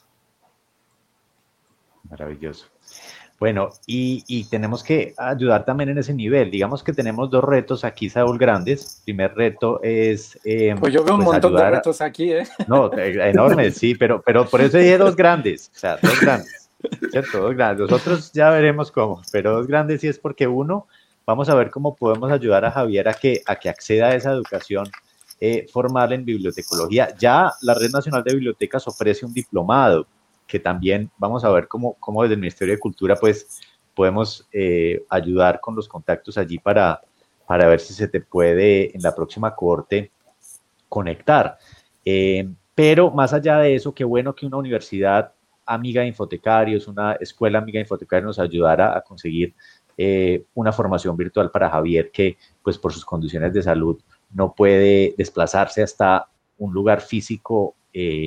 Maravilloso. Bueno, y tenemos que ayudar también en ese nivel. Digamos que tenemos dos retos aquí, Saúl, grandes. El primer reto es Pues yo veo un pues montón de ayudar. retos aquí, ¿eh? No, enormes, sí, pero por eso dije dos grandes, o sea, dos grandes, ¿cierto? Dos grandes. Nosotros ya veremos cómo, pero dos grandes sí es porque uno, vamos a ver cómo podemos ayudar a Javier a que acceda a esa educación formal en bibliotecología. Ya la Red Nacional de Bibliotecas ofrece un diplomado que también vamos a ver cómo desde el Ministerio de Cultura pues podemos ayudar con los contactos allí para ver si se te puede en la próxima cohorte conectar. Pero más allá de eso, qué bueno que una universidad amiga de infotecarios, una escuela amiga de infotecarios nos ayudara a conseguir una formación virtual para Javier, que pues por sus condiciones de salud no puede desplazarse hasta un lugar físico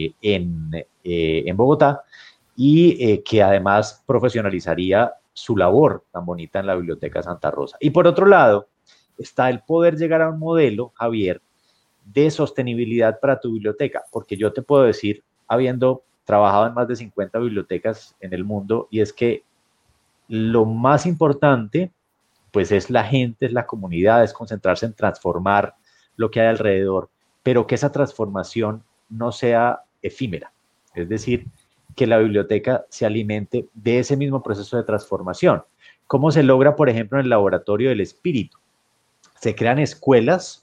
en Bogotá, y que además profesionalizaría su labor tan bonita en la Biblioteca Santa Rosa. Y por otro lado, está el poder llegar a un modelo, Javier, de sostenibilidad para tu biblioteca, porque yo te puedo decir, habiendo trabajado en más de 50 bibliotecas en el mundo, y es que lo más importante, pues es la gente, es la comunidad, es concentrarse en transformar lo que hay alrededor, pero que esa transformación no sea efímera, es decir, que la biblioteca se alimente de ese mismo proceso de transformación. ¿Cómo se logra, por ejemplo, en el laboratorio del espíritu? Se crean escuelas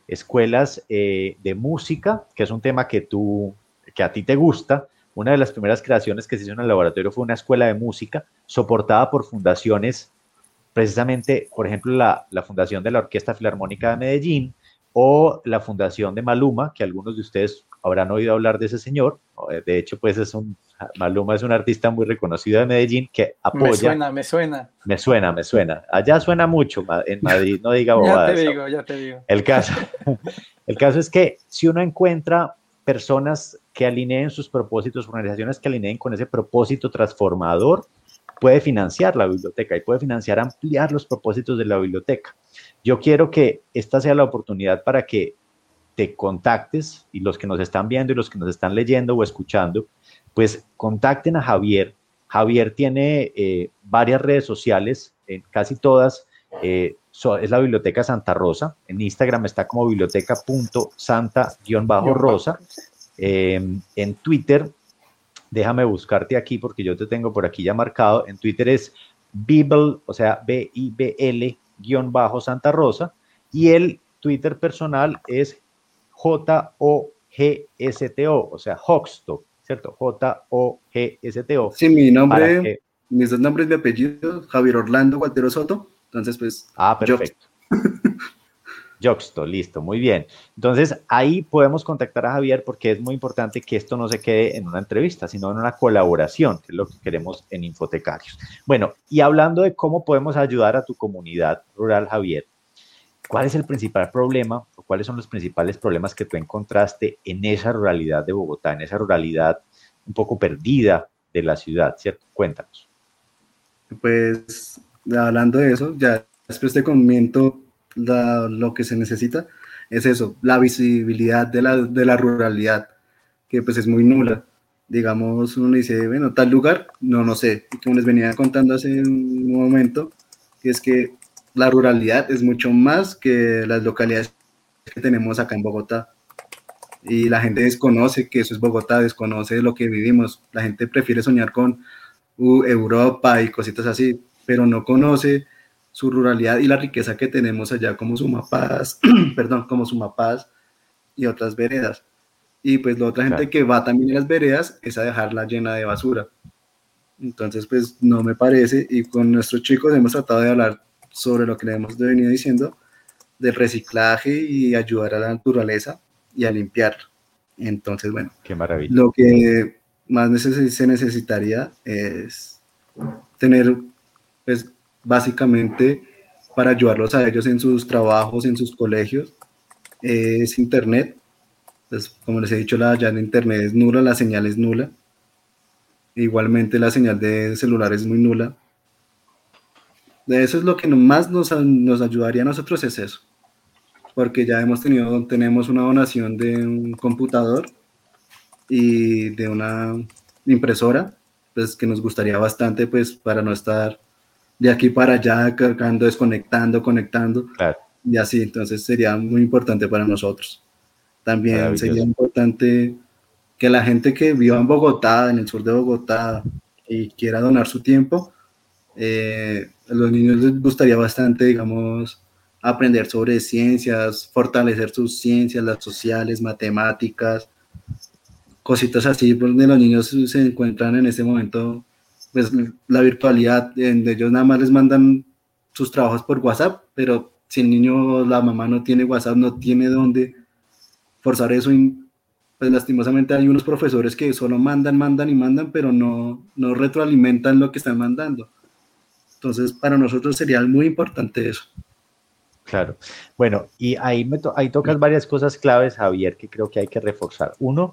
de música, que es un tema que a ti te gusta. Una de las primeras creaciones que se hizo en el laboratorio fue una escuela de música soportada por fundaciones, precisamente, por ejemplo, la Fundación de la Orquesta Filarmónica de Medellín o la Fundación de Maluma, que algunos de ustedes habrán oído hablar de ese señor. De hecho, pues Maluma es un artista muy reconocido de Medellín que apoya. Me suena. Me suena. Allá suena mucho, en Madrid, no diga bobadas. Ya te digo. El caso es que si uno encuentra personas que alineen sus propósitos, organizaciones que alineen con ese propósito transformador, puede financiar la biblioteca y puede financiar ampliar los propósitos de la biblioteca. Yo quiero que esta sea la oportunidad para que te contactes, y los que nos están viendo y los que nos están leyendo o escuchando, pues contacten a Javier. Javier tiene varias redes sociales, casi todas, es la Biblioteca Santa Rosa. En Instagram está como biblioteca.santa-rosa. En Twitter, déjame buscarte aquí porque yo te tengo por aquí ya marcado. En Twitter es Bibl, o sea, BIBL-Santa Rosa. Y el Twitter personal es JOGSTO, o sea, Hoxto, ¿cierto? JOGSTO. Sí, mi nombre, mis dos nombres, mi apellido, Javier Orlando Gualtero Soto. Entonces, pues. Perfecto. Yoxto, listo, muy bien. Entonces, ahí podemos contactar a Javier porque es muy importante que esto no se quede en una entrevista, sino en una colaboración, que es lo que queremos en Infotecarios. Bueno, y hablando de cómo podemos ayudar a tu comunidad rural, Javier, ¿cuál es el principal problema o cuáles son los principales problemas que tú encontraste en esa ruralidad de Bogotá, en esa ruralidad un poco perdida de la ciudad, ¿cierto? Cuéntanos. Pues, hablando de eso, ya después te comento lo que se necesita, es eso, la visibilidad de la ruralidad, que pues es muy nula. Digamos, uno dice, bueno, tal lugar, no sé, y como les venía contando hace un momento, que es que la ruralidad es mucho más que las localidades que tenemos acá en Bogotá. Y la gente desconoce que eso es Bogotá, desconoce lo que vivimos. La gente prefiere soñar con Europa y cositas así, pero no conoce su ruralidad y la riqueza que tenemos allá como Sumapaz, como Sumapaz y otras veredas. Y pues la otra gente que va también a las veredas es a dejarla llena de basura. Entonces, pues no me parece, y con nuestros chicos hemos tratado de hablar sobre lo que le hemos venido diciendo, del reciclaje y ayudar a la naturaleza y a limpiarla. Entonces, bueno, qué maravilla. Lo que más se necesitaría es tener, pues, básicamente, para ayudarlos a ellos en sus trabajos, en sus colegios, es internet. Pues, como les he dicho, ya de internet es nula, la señal es nula. Igualmente la señal de celular es muy nula. De eso es lo que más nos ayudaría a nosotros, es eso. Porque ya tenemos una donación de un computador y de una impresora, pues que nos gustaría bastante, pues para no estar de aquí para allá cargando, desconectando, conectando, claro. Y así. Entonces sería muy importante para nosotros. También sería importante que la gente que viva en Bogotá, en el sur de Bogotá, y quiera donar su tiempo, a los niños les gustaría bastante, digamos, aprender sobre ciencias, fortalecer sus ciencias, las sociales, matemáticas, cositas así, donde los niños se encuentran en este momento, pues la virtualidad, de ellos nada más les mandan sus trabajos por WhatsApp, pero si el niño, la mamá no tiene WhatsApp, no tiene dónde forzar eso, pues lastimosamente hay unos profesores que solo mandan, pero no retroalimentan lo que están mandando. Entonces, para nosotros sería muy importante eso. Claro. Bueno, y ahí tocas varias cosas claves, Javier, que creo que hay que reforzar. Uno,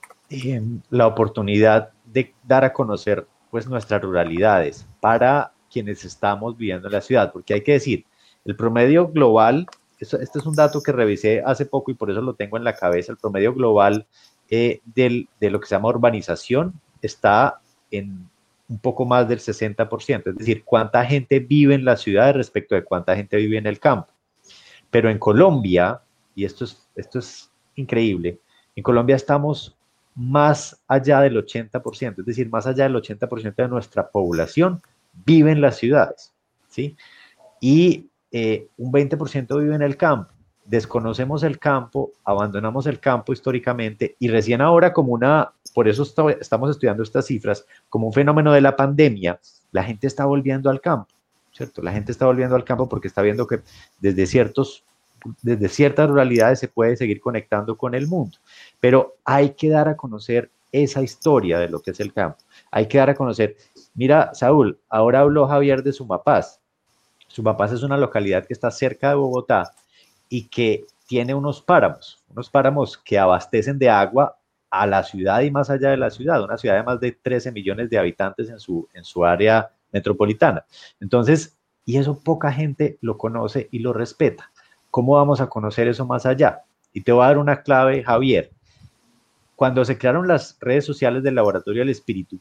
la oportunidad de dar a conocer pues nuestras ruralidades para quienes estamos viviendo en la ciudad, porque hay que decir, el promedio global, este es un dato que revisé hace poco y por eso lo tengo en la cabeza, el promedio global de lo que se llama urbanización está en un poco más del 60%, es decir, cuánta gente vive en la ciudad respecto de cuánta gente vive en el campo. Pero en Colombia, y esto es increíble, en Colombia estamos más allá del 80%, es decir, más allá del 80% de nuestra población vive en las ciudades, ¿sí? Y un 20% vive en el campo. Desconocemos el campo, abandonamos el campo históricamente y recién ahora por eso estamos estudiando estas cifras, como un fenómeno de la pandemia, la gente está volviendo al campo, ¿cierto? La gente está volviendo al campo porque está viendo que desde ciertas ruralidades se puede seguir conectando con el mundo, pero hay que dar a conocer esa historia de lo que es el campo, hay que dar a conocer, mira, Saúl, ahora habló Javier de Sumapaz. Sumapaz es una localidad que está cerca de Bogotá y que tiene unos páramos que abastecen de agua a la ciudad y más allá de la ciudad, una ciudad de más de 13 millones de habitantes en su área metropolitana. Entonces, y eso poca gente lo conoce y lo respeta. ¿Cómo vamos a conocer eso más allá? Y te voy a dar una clave, Javier. Cuando se crearon las redes sociales del Laboratorio del Espíritu,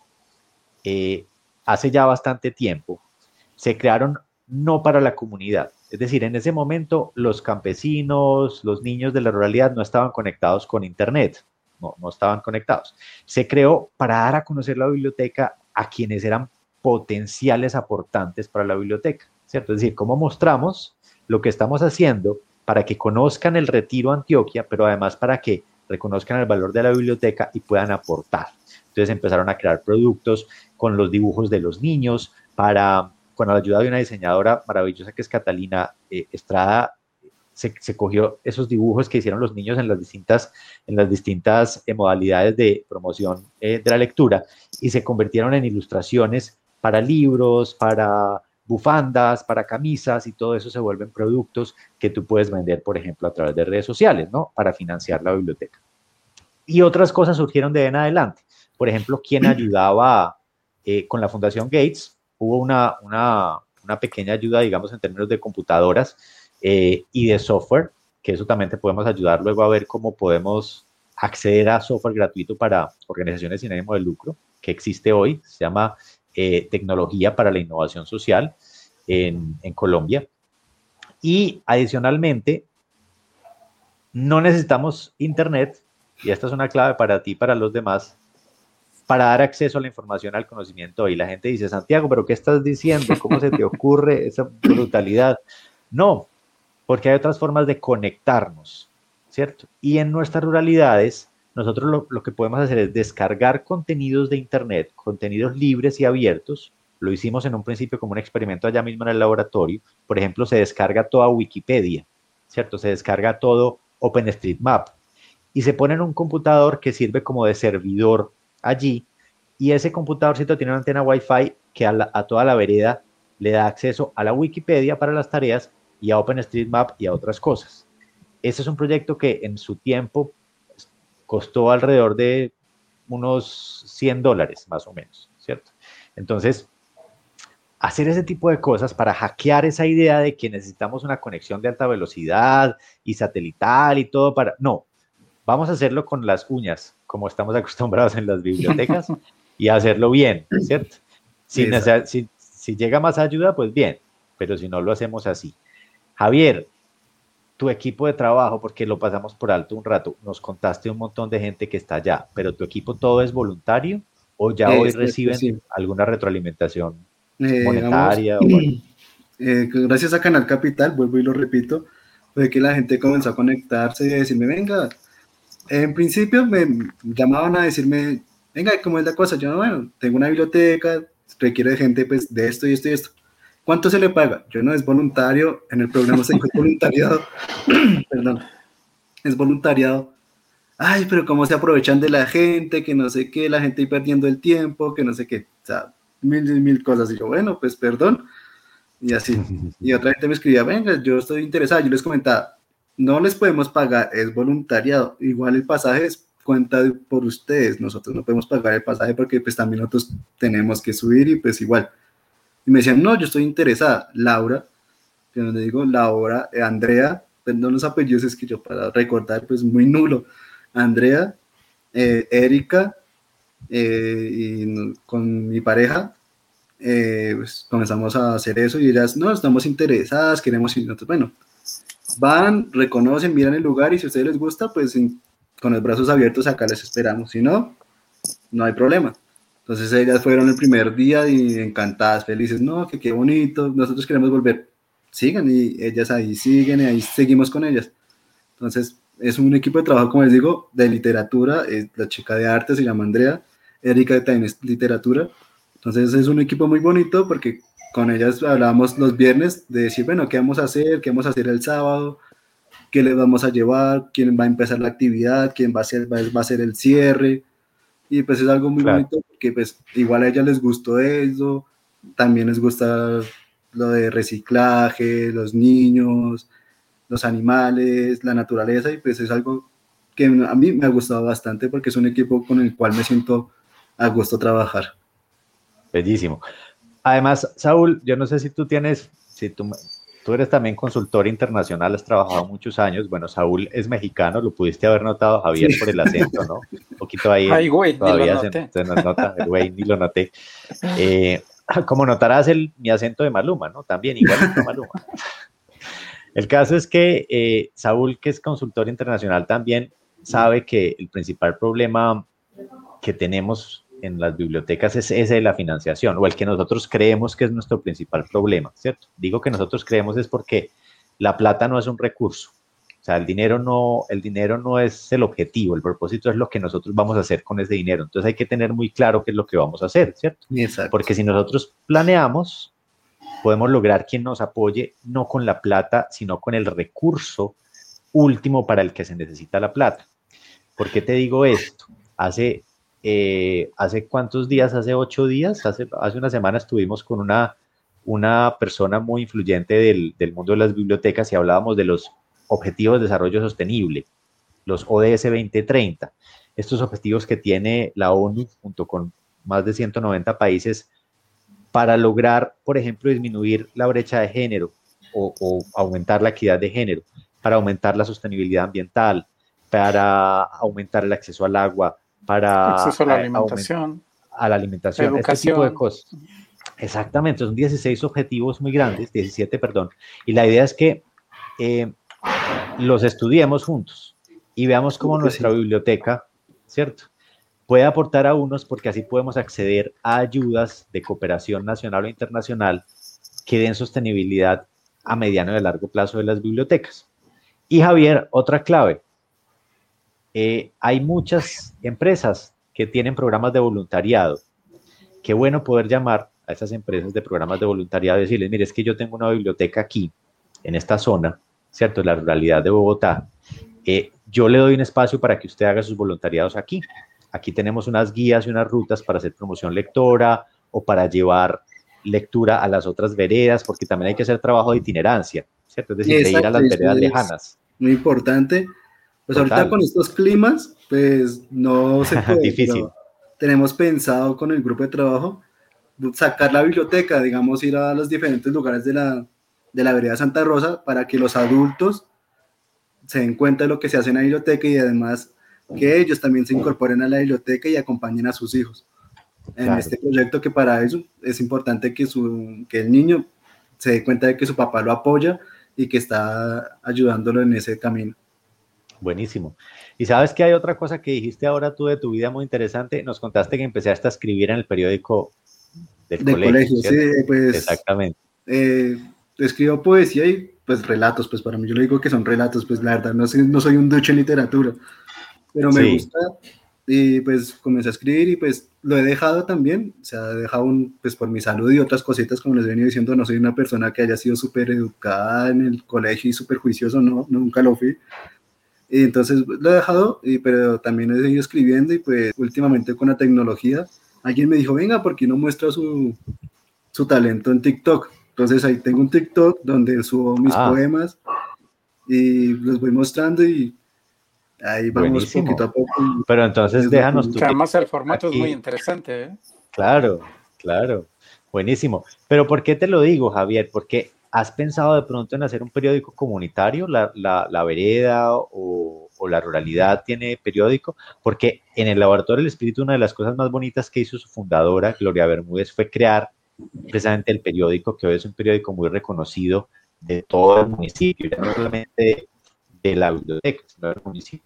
hace ya bastante tiempo, se crearon no para la comunidad. Es decir, en ese momento los campesinos, los niños de la ruralidad no estaban conectados con Internet, no estaban conectados. Se creó para dar a conocer la biblioteca a quienes eran potenciales aportantes para la biblioteca, ¿cierto? Es decir, cómo mostramos lo que estamos haciendo para que conozcan el Retiro Antioquia, pero además para que reconozcan el valor de la biblioteca y puedan aportar. Entonces empezaron a crear productos con los dibujos de los niños con la ayuda de una diseñadora maravillosa que es Catalina Estrada, se cogió esos dibujos que hicieron los niños en las distintas modalidades de promoción de la lectura y se convirtieron en ilustraciones para libros, para bufandas, para camisas y todo eso se vuelven productos que tú puedes vender, por ejemplo, a través de redes sociales, ¿no? Para financiar la biblioteca. Y otras cosas surgieron de ahí en adelante. Por ejemplo, quien ayudaba con la Fundación Gates, hubo una pequeña ayuda, digamos, en términos de computadoras y de software, que eso también te podemos ayudar luego a ver cómo podemos acceder a software gratuito para organizaciones sin ánimo de lucro, que existe hoy, se llama Tecnología para la Innovación Social en Colombia. Y adicionalmente, no necesitamos Internet, y esta es una clave para ti y para los demás, para dar acceso a la información, al conocimiento. Y la gente dice, Santiago, ¿pero qué estás diciendo? ¿Cómo se te ocurre esa brutalidad? No, porque hay otras formas de conectarnos, ¿cierto? Y en nuestras ruralidades, nosotros lo que podemos hacer es descargar contenidos de Internet, contenidos libres y abiertos. Lo hicimos en un principio como un experimento allá mismo en el laboratorio. Por ejemplo, se descarga toda Wikipedia, ¿cierto? Se descarga todo OpenStreetMap y se pone en un computador que sirve como de servidor allí, y ese computadorcito tiene una antena Wi-Fi que a toda la vereda le da acceso a la Wikipedia para las tareas y a OpenStreetMap y a otras cosas. Ese es un proyecto que en su tiempo costó alrededor de unos $100 más o menos, ¿cierto? Entonces, hacer ese tipo de cosas para hackear esa idea de que necesitamos una conexión de alta velocidad y satelital y todo para... No, vamos a hacerlo con las uñas, como estamos acostumbrados en las bibliotecas, y hacerlo bien, ¿cierto? Si llega más ayuda, pues bien, pero si no, lo hacemos así. Javier, tu equipo de trabajo, porque lo pasamos por alto un rato, nos contaste un montón de gente que está allá, pero ¿tu equipo todo es voluntario o ya hoy reciben alguna retroalimentación monetaria? Gracias a Canal Capital, vuelvo y lo repito, fue que la gente comenzó a conectarse y a decirme, venga, en principio me llamaban a decirme, venga, ¿cómo es la cosa? Yo, bueno, tengo una biblioteca, requiere de gente pues de esto y esto y esto. ¿Cuánto se le paga? Yo no, es voluntario, en el programa se dijo voluntariado, perdón, es voluntariado. Ay, pero cómo se aprovechan de la gente, que no sé qué, la gente ahí perdiendo el tiempo, que no sé qué, o sea, mil cosas. Y yo, bueno, pues perdón, y así. Y otra gente me escribía, venga, yo estoy interesado, yo les comentaba, no les podemos pagar, es voluntariado, igual el pasaje es cuenta por ustedes, nosotros no podemos pagar el pasaje porque pues también nosotros tenemos que subir y pues igual. Y me decían, no, yo estoy interesada. Laura, que no le digo Laura, Andrea, perdón los apellidos, es que yo para recordar, pues muy nulo. Andrea, Erika, y con mi pareja, pues comenzamos a hacer eso y ellas, no, estamos interesadas, queremos ir nosotros. Bueno, van, reconocen, miran el lugar y si a ustedes les gusta, pues con los brazos abiertos acá les esperamos, si no, no hay problema. Entonces ellas fueron el primer día y encantadas, felices, no, que qué bonito, nosotros queremos volver, sigan, y ellas ahí siguen y ahí seguimos con ellas. Entonces es un equipo de trabajo, como les digo, de literatura, la chica de arte se llama Andrea, Erika también es literatura, entonces es un equipo muy bonito porque con ellas hablábamos los viernes de decir, bueno, qué vamos a hacer el sábado, qué les vamos a llevar, quién va a empezar la actividad, quién va a ser el cierre, y pues es algo muy Claro. bonito porque pues igual a ellas les gustó eso, también les gusta lo de reciclaje, los niños, los animales, la naturaleza, y pues es algo que a mí me ha gustado bastante porque es un equipo con el cual me siento a gusto trabajar. Bellísimo. Además, Saúl, yo no sé si tú eres también consultor internacional, has trabajado muchos años. Bueno, Saúl es mexicano, lo pudiste haber notado, Javier, Sí. por el acento, ¿no? Un poquito ahí, Ay, güey, todavía ni lo noté. se nos nota, güey, ni lo noté. Como notarás mi acento de Maluma, ¿no? También igualito a Maluma. El caso es que Saúl, que es consultor internacional, también sabe que el principal problema que tenemos en las bibliotecas es ese de la financiación, o el que nosotros creemos que es nuestro principal problema, ¿cierto? Digo que nosotros creemos es porque la plata no es un recurso. O sea, el dinero no es el objetivo, el propósito es lo que nosotros vamos a hacer con ese dinero. Entonces hay que tener muy claro qué es lo que vamos a hacer, ¿cierto? Exacto. Porque si nosotros planeamos, podemos lograr quien nos apoye no con la plata, sino con el recurso último para el que se necesita la plata. ¿Por qué te digo esto? Hace cuántos días, hace 8 días, hace una semana estuvimos con una persona muy influyente del mundo de las bibliotecas y hablábamos de los Objetivos de Desarrollo Sostenible, los ODS 2030. Estos objetivos que tiene la ONU junto con más de 190 países para lograr, por ejemplo, disminuir la brecha de género o aumentar la equidad de género, para aumentar la sostenibilidad ambiental, para aumentar el acceso al agua, para acceso a la alimentación, a la alimentación, educación. este tipo de cosas. Exactamente, son 16 objetivos muy grandes, 17, perdón, y la idea es que los estudiemos juntos y veamos cómo nuestra biblioteca, ¿cierto?, puede aportar a unos, porque así podemos acceder a ayudas de cooperación nacional o internacional que den sostenibilidad a mediano y a largo plazo de las bibliotecas. Y Javier, otra clave, hay muchas empresas que tienen programas de voluntariado. Qué bueno poder llamar a esas empresas de programas de voluntariado y decirles, mire, es que yo tengo una biblioteca aquí, en esta zona, ¿cierto?, la ruralidad de Bogotá. Yo le doy un espacio para que usted haga sus voluntariados aquí. Aquí tenemos unas guías y unas rutas para hacer promoción lectora o para llevar lectura a las otras veredas, porque también hay que hacer trabajo de itinerancia, ¿cierto? Es decir, de ir a las veredas lejanas. Muy importante. Pues total, ahorita con estos climas, pues no se puede. Difícil. Tenemos pensado con el grupo de trabajo sacar la biblioteca, digamos, ir a los diferentes lugares de la vereda Santa Rosa para que los adultos se den cuenta de lo que se hace en la biblioteca y además que ellos también se incorporen a la biblioteca y acompañen a sus hijos en este proyecto, que para eso es importante que el niño se dé cuenta de que su papá lo apoya y que está ayudándolo en ese camino. Buenísimo. Y sabes que hay otra cosa que dijiste ahora tú de tu vida muy interesante. Nos contaste que empezaste a escribir en el periódico del colegio, ¿cierto? Sí, pues. Exactamente. Escribo poesía y pues relatos, pues para mí yo le digo que son relatos, pues la verdad no soy un ducho en literatura, pero me gusta y pues comencé a escribir y pues lo he dejado también, o sea, he dejado pues por mi salud y otras cositas, como les venía diciendo, no soy una persona que haya sido súper educada en el colegio y súper juicioso, no, nunca lo fui. Y entonces lo he dejado, pero también he seguido escribiendo y pues últimamente con la tecnología, alguien me dijo, venga, ¿por qué no muestra su talento en TikTok? Entonces ahí tengo un TikTok donde subo mis poemas y los voy mostrando y ahí vamos. Buenísimo. Poquito a poco. Pero entonces déjanos tu... Además el formato es muy interesante, ¿eh? Claro, claro. Buenísimo. Pero ¿por qué te lo digo, Javier? Porque ¿has pensado de pronto en hacer un periódico comunitario? ¿La vereda o la ruralidad tiene periódico? Porque en el Laboratorio del Espíritu una de las cosas más bonitas que hizo su fundadora, Gloria Bermúdez, fue crear precisamente el periódico, que hoy es un periódico muy reconocido de todo el municipio, no solamente de la biblioteca, sino del municipio.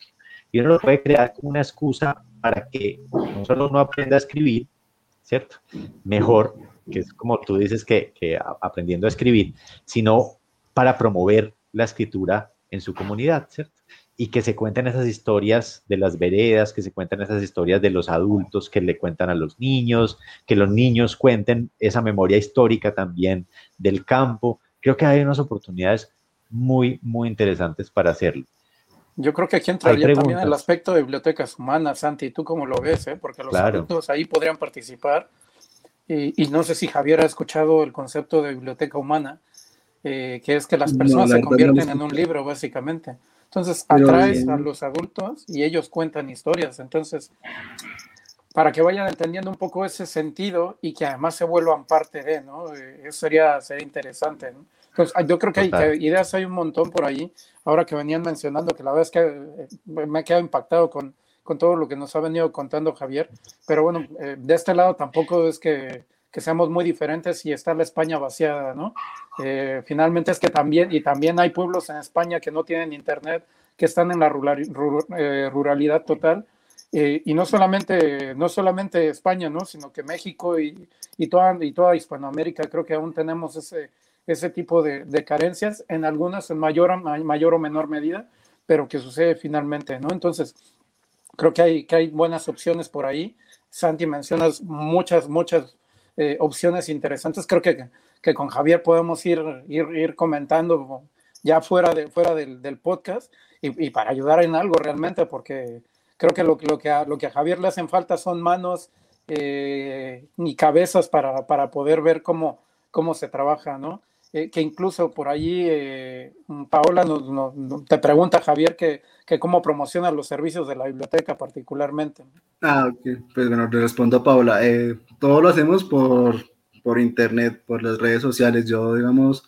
y uno lo puede crear como una excusa para que no solo uno aprenda a escribir, ¿cierto? Mejor, que es como tú dices que aprendiendo a escribir, sino para promover la escritura en su comunidad, ¿cierto? Y que se cuenten esas historias de las veredas, que se cuenten esas historias de los adultos que le cuentan a los niños, que los niños cuenten esa memoria histórica también del campo. Creo que hay unas oportunidades muy, muy interesantes para hacerlo. Yo creo que aquí entraría también el aspecto de bibliotecas humanas, Santi. ¿Tú cómo lo ves? Porque los adultos ahí podrían participar. Y no sé si Javier ha escuchado el concepto de biblioteca humana, que es que las personas se convierten en un libro, básicamente. Entonces, atraes a los adultos y ellos cuentan historias. Entonces, para que vayan entendiendo un poco ese sentido y que además se vuelvan parte de, ¿no? Eso sería interesante, ¿no? Entonces, yo creo que ideas hay un montón por ahí. Ahora que venían mencionando, que la verdad es que me he quedado impactado con todo lo que nos ha venido contando Javier. Pero bueno, de este lado tampoco es que seamos muy diferentes y está la España vaciada, ¿no? Finalmente es que también hay pueblos en España que no tienen internet, que están en la ruralidad total. Y no solamente España, ¿no? Sino que México y toda Hispanoamérica, creo que aún tenemos ese tipo de carencias, en algunas en mayor o menor medida, pero que sucede finalmente, ¿no? Entonces, creo que hay buenas opciones por ahí. Santi, mencionas muchas opciones interesantes. Creo que con Javier podemos ir comentando ya fuera del podcast y para ayudar en algo realmente, porque creo que lo que a Javier le hacen falta son manos y cabezas para poder ver cómo se trabaja, ¿no? Que incluso por allí Paola te pregunta, Javier, que cómo promociona los servicios de la biblioteca particularmente. Ok. Pues bueno, le respondo a Paola. Todo lo hacemos por internet, por las redes sociales. Yo, digamos,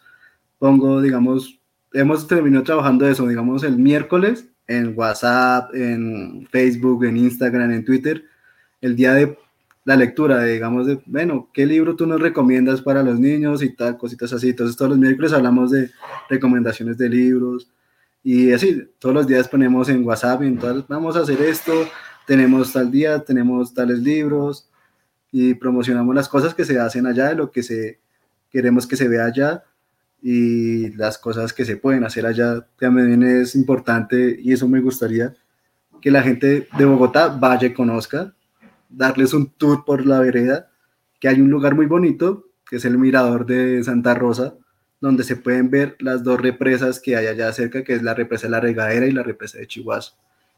hemos terminado trabajando eso, digamos, el miércoles en WhatsApp, en Facebook, en Instagram, en Twitter, el día de la lectura, digamos, bueno, ¿qué libro tú nos recomiendas para los niños y tal, cositas así? Entonces todos los miércoles hablamos de recomendaciones de libros y así, todos los días ponemos en WhatsApp y entonces vamos a hacer esto, tenemos tal día, tenemos tales libros y promocionamos las cosas que se hacen allá, lo que queremos que se vea allá y las cosas que se pueden hacer allá. También es importante, y eso me gustaría, que la gente de Bogotá vaya y conozca, darles un tour por la vereda, que hay un lugar muy bonito, que es el Mirador de Santa Rosa, donde se pueden ver las dos represas que hay allá cerca, que es la represa de La Regadera y la represa de Chihuahua.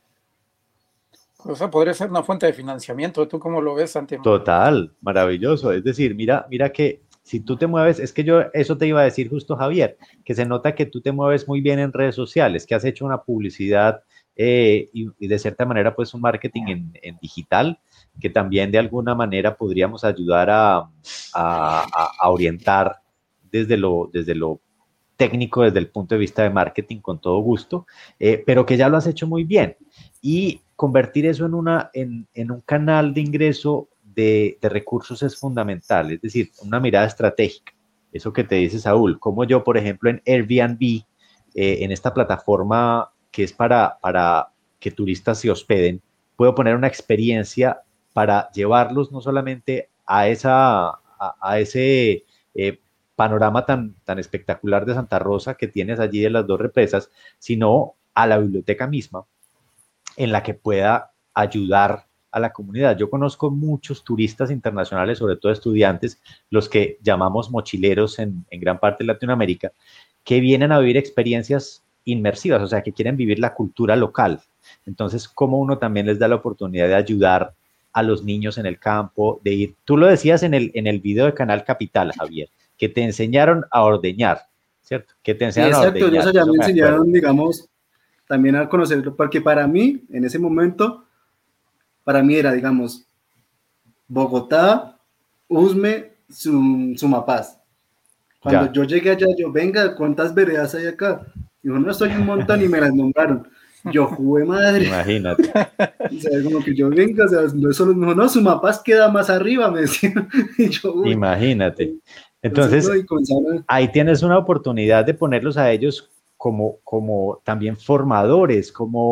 O sea, podría ser una fuente de financiamiento. ¿Tú cómo lo ves, Santi? Total, maravilloso. Es decir, mira que si tú te mueves, es que yo eso te iba a decir justo, Javier, que se nota que tú te mueves muy bien en redes sociales, que has hecho una publicidad y de cierta manera pues un marketing en digital, que también de alguna manera podríamos ayudar a orientar desde lo técnico, desde el punto de vista de marketing, con todo gusto, pero que ya lo has hecho muy bien. Y convertir eso en un canal de ingreso de recursos es fundamental, es decir, una mirada estratégica. Eso que te dice Saúl, como yo, por ejemplo, en Airbnb, en esta plataforma que es para que turistas se hospeden, puedo poner una experiencia para llevarlos no solamente a ese panorama tan espectacular de Santa Rosa que tienes allí de las dos represas, sino a la biblioteca misma, en la que pueda ayudar a la comunidad. Yo conozco muchos turistas internacionales, sobre todo estudiantes, los que llamamos mochileros en gran parte de Latinoamérica, que vienen a vivir experiencias inmersivas, o sea, que quieren vivir la cultura local. Entonces, ¿cómo uno también les da la oportunidad de ayudar a los niños en el campo, de ir? Tú lo decías en el video de Canal Capital, Javier, que te enseñaron a ordeñar, ¿cierto? Que te enseñaron a ordeñar. Exacto, ya me enseñaron, digamos, también a conocerlo, porque para mí, en ese momento, para mí era, digamos, Bogotá, Usme, Sumapaz. Cuando yo llegué allá, venga, ¿cuántas veredas hay acá? Dijo, no, estoy un montón y me las nombraron. Yo, jugué madre. Imagínate. O sea, como que yo, venga, o sea, no, Sumapaz queda más arriba, me decían. Y yo, imagínate. Entonces, ahí tienes una oportunidad de ponerlos a ellos como también formadores, como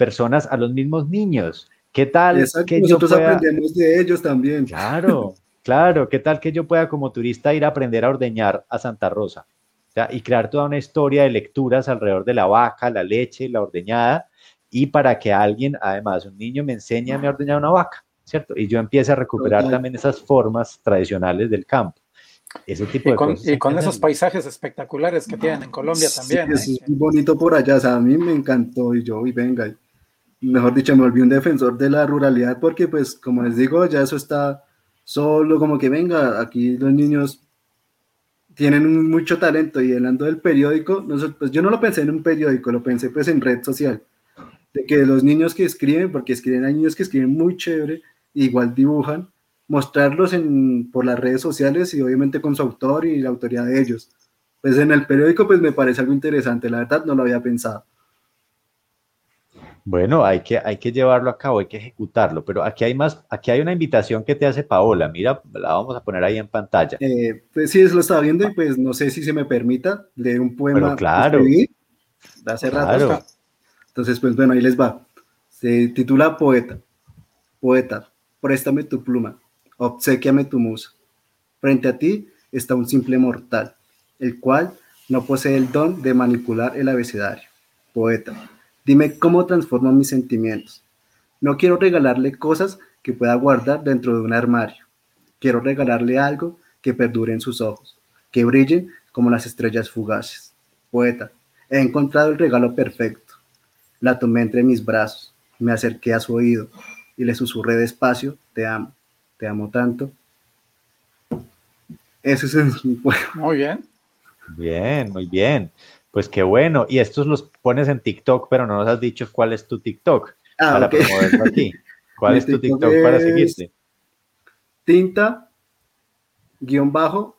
personas, a los mismos niños. ¿Qué tal Exacto, que yo nosotros pueda? aprendemos de ellos también. Claro, claro, ¿qué tal que yo pueda como turista ir a aprender a ordeñar a Santa Rosa? O sea, y crear toda una historia de lecturas alrededor de la vaca, la leche, la ordeñada, y para que alguien, además, un niño me enseñe a mí a ordeñar una vaca, ¿cierto? Y yo empiece a recuperar Total. también esas formas tradicionales del campo. Ese tipo Y de con, cosas y hay que con esos hacerlo. paisajes espectaculares que tienen en Colombia Sí, también, eso ¿eh? es muy bonito por allá, o sea, a mí me encantó y yo, y venga, mejor dicho, me volví un defensor de la ruralidad porque, pues, como les digo, ya eso está solo, como que venga, aquí los niños tienen mucho talento y hablando del periódico, pues yo no lo pensé en un periódico, lo pensé pues en red social, de que los niños que escriben, porque escriben, hay niños que escriben muy chévere, igual dibujan, mostrarlos por las redes sociales y obviamente con su autor y la autoría de ellos. Pues en el periódico pues me parece algo interesante, la verdad no lo había pensado. Bueno, hay que llevarlo a cabo, hay que ejecutarlo, pero aquí hay más, aquí hay una invitación que te hace Paola. Mira, la vamos a poner ahí en pantalla. Pues sí, eso lo estaba viendo y pues no sé si se me permita leer un Pero poema que claro, escribí de hace Por rato. claro. supuesto. Entonces, pues bueno, ahí les va. Se titula Poeta. Poeta, préstame tu pluma, obséquiame tu musa. Frente a ti está un simple mortal, el cual no posee el don de manipular el abecedario. Poeta, dime cómo transformo mis sentimientos. No quiero regalarle cosas que pueda guardar dentro de un armario. Quiero regalarle algo que perdure en sus ojos, que brillen como las estrellas fugaces. Poeta, he encontrado el regalo perfecto. La tomé entre mis brazos, me acerqué a su oído y le susurré despacio, te amo tanto. Ese es mi poema. Muy bien. Bien, muy bien. Pues qué bueno. Y estos los pones en TikTok, pero no nos has dicho cuál es tu TikTok Ah, para ok. promoverlo aquí. ¿Cuál Mi es tu TikTok TikTok para es seguirte? tinta, guión bajo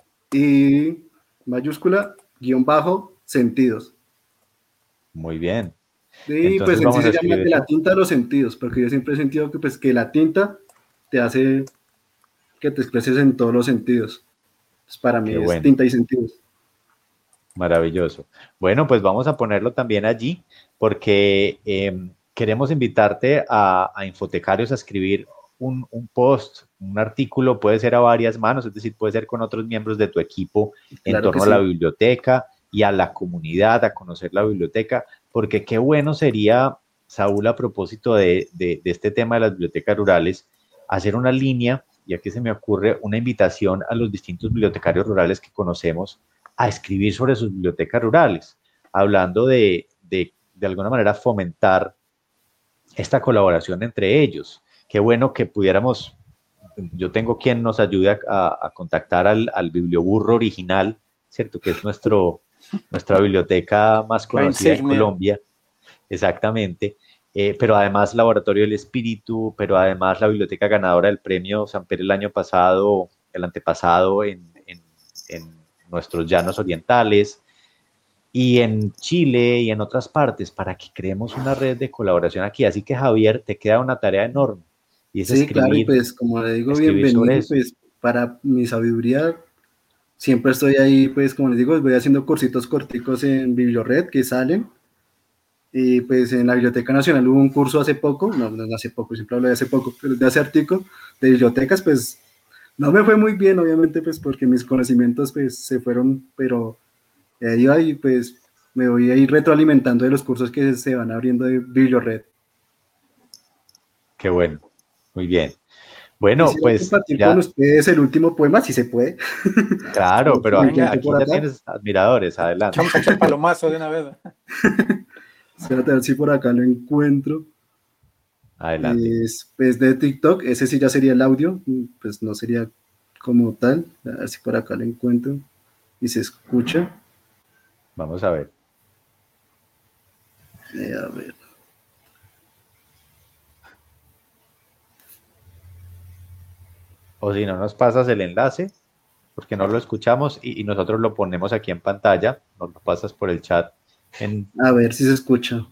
y mayúscula, guión bajo, sentidos. Muy bien. Y pues Entonces en sí vamos se a llama de la escribirlo. tinta a los sentidos, porque yo siempre he sentido que pues que la tinta te hace que te expreses en todos los sentidos. Pues para mí Qué es bueno. tinta y sentidos. Maravilloso. Bueno, pues vamos a ponerlo también allí porque queremos invitarte a Infotecarios a escribir un post, un artículo, puede ser a varias manos, es decir, puede ser con otros miembros de tu equipo en Claro que torno a la sí. biblioteca y a la comunidad, a conocer la biblioteca, porque qué bueno sería, Saúl, a propósito de este tema de las bibliotecas rurales, hacer una línea, y aquí se me ocurre una invitación a los distintos bibliotecarios rurales que conocemos a escribir sobre sus bibliotecas rurales, hablando de alguna manera fomentar esta colaboración entre ellos. Qué bueno que pudiéramos, yo tengo quien nos ayude a contactar al biblioburro original, ¿cierto? Que es nuestra biblioteca más La conocida en insignia. Colombia, exactamente. Pero además Laboratorio del Espíritu, pero además la biblioteca ganadora del premio Samper el año pasado, el antepasado en nuestros llanos orientales y en Chile y en otras partes para que creemos una red de colaboración aquí. Así que Javier, te queda una tarea enorme y es Sí, claro, y pues como le digo, escribir sobre bienvenido, eso. pues para mi sabiduría, siempre estoy ahí, pues como les digo, voy haciendo cursitos corticos en Bibliored que salen, y pues en la Biblioteca Nacional hubo un curso hace poco, no hace poco, siempre hablo de hace poco, pero de hace artículo de bibliotecas, pues no me fue muy bien, obviamente, pues porque mis conocimientos pues se fueron, pero ahí pues me voy a ir retroalimentando de los cursos que se van abriendo de Bibliored. Qué bueno, muy bien. Y Bueno, si voy a pues compartir con ya, ustedes el último poema, si se puede. A claro, ver si pero lo aquí, Venga, encuentro aquí por ya acá. tienes admiradores, adelante. echamos aquí el palomazo de una vez. Espérate a ver si por acá lo encuentro. Adelante. Es de TikTok, ese sí ya sería el audio, pues no sería como tal. A ver si por acá lo encuentro y se escucha. Vamos a ver. A ver. O si no nos pasas el enlace, porque no lo escuchamos y nosotros lo ponemos aquí en pantalla, nos lo pasas por el chat. A ver si se escucha.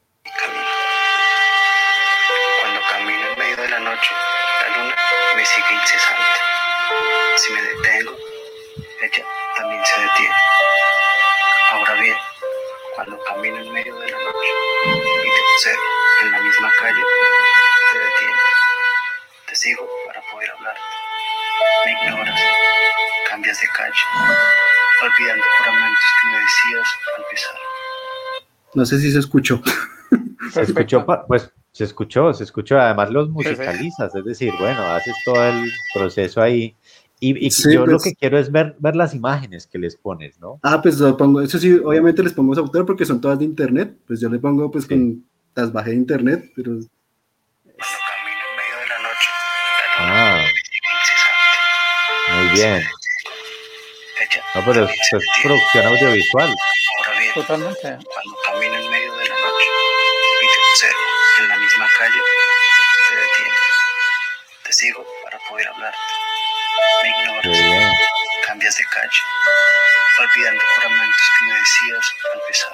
Cuando camino en medio de la noche, la luna me sigue incesante. Si me detengo, ella también se detiene. Ahora bien, cuando camino en medio de la noche y observo en la misma calle, te detiene. Te sigo para poder hablarte. Me ignoras, cambias de calle, olvidando juramentos que me decías al pisar. No sé si se escuchó. Se escuchó, Perfecto. pues se escuchó, además los Sí, sí. musicalizas, es decir, bueno, haces todo el proceso ahí. Y Sí, yo lo pues, que quiero es ver las imágenes que les pones, ¿no? pues lo pongo, eso sí, obviamente les pongo su autor porque son todas de internet, pues yo le pongo pues Sí. las bajé de internet, pero Cuando camino en medio de la noche, la luna Ah, me sigue incesante. muy Si me bien. detengo, ella No, pero también se esto es detiene. producción audiovisual. Ahora bien, Totalmente. cuando camino en medio de la noche y te observo en la misma calle, te detiene. Te sigo para poder hablarte. Me Qué ignoras, bien. cambias de calle, olvidando juramentos que me decías al pisar.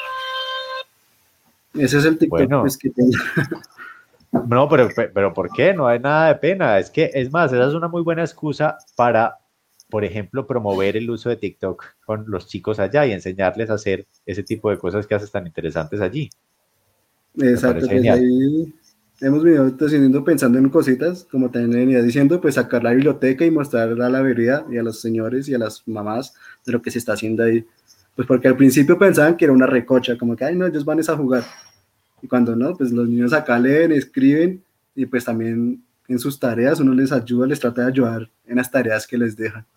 ese es el TikTok Bueno, pues que tengo. no, pero ¿por qué? No hay nada de pena. Es que, es más, esa es una muy buena excusa para, por ejemplo, promover el uso de TikTok con los chicos allá y enseñarles a hacer ese tipo de cosas que haces tan interesantes allí. Me Exacto, parece pues genial. ahí hemos venido teniendo pensando en cositas, como también venía diciendo, pues sacar la biblioteca y mostrar a la veredad y a los señores y a las mamás de lo que se está haciendo ahí. Pues porque al principio pensaban que era una recocha, como que, ay, no, ellos van a jugar. Y cuando no, pues los niños acá leen, escriben y pues también en sus tareas uno les ayuda, les trata de ayudar en las tareas que les dejan.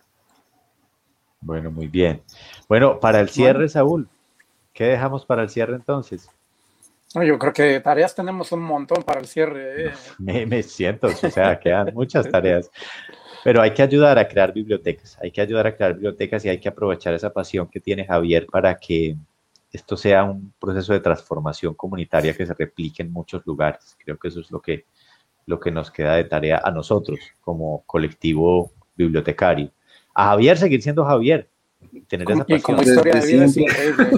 Bueno, muy bien. Bueno, para el Bueno, cierre, Saúl, ¿qué dejamos para el cierre entonces? no, yo creo que tareas tenemos un montón para el cierre. Me siento, o sea, quedan muchas tareas, pero hay que ayudar a crear bibliotecas, hay que ayudar a crear bibliotecas y hay que aprovechar esa pasión que tiene Javier para que esto sea un proceso de transformación comunitaria que se replique en muchos lugares. Creo que eso es lo que nos queda de tarea a nosotros como colectivo bibliotecario. A Javier seguir siendo Javier, tener esa Y como pasión. historia Desde de vida es siempre. increíble.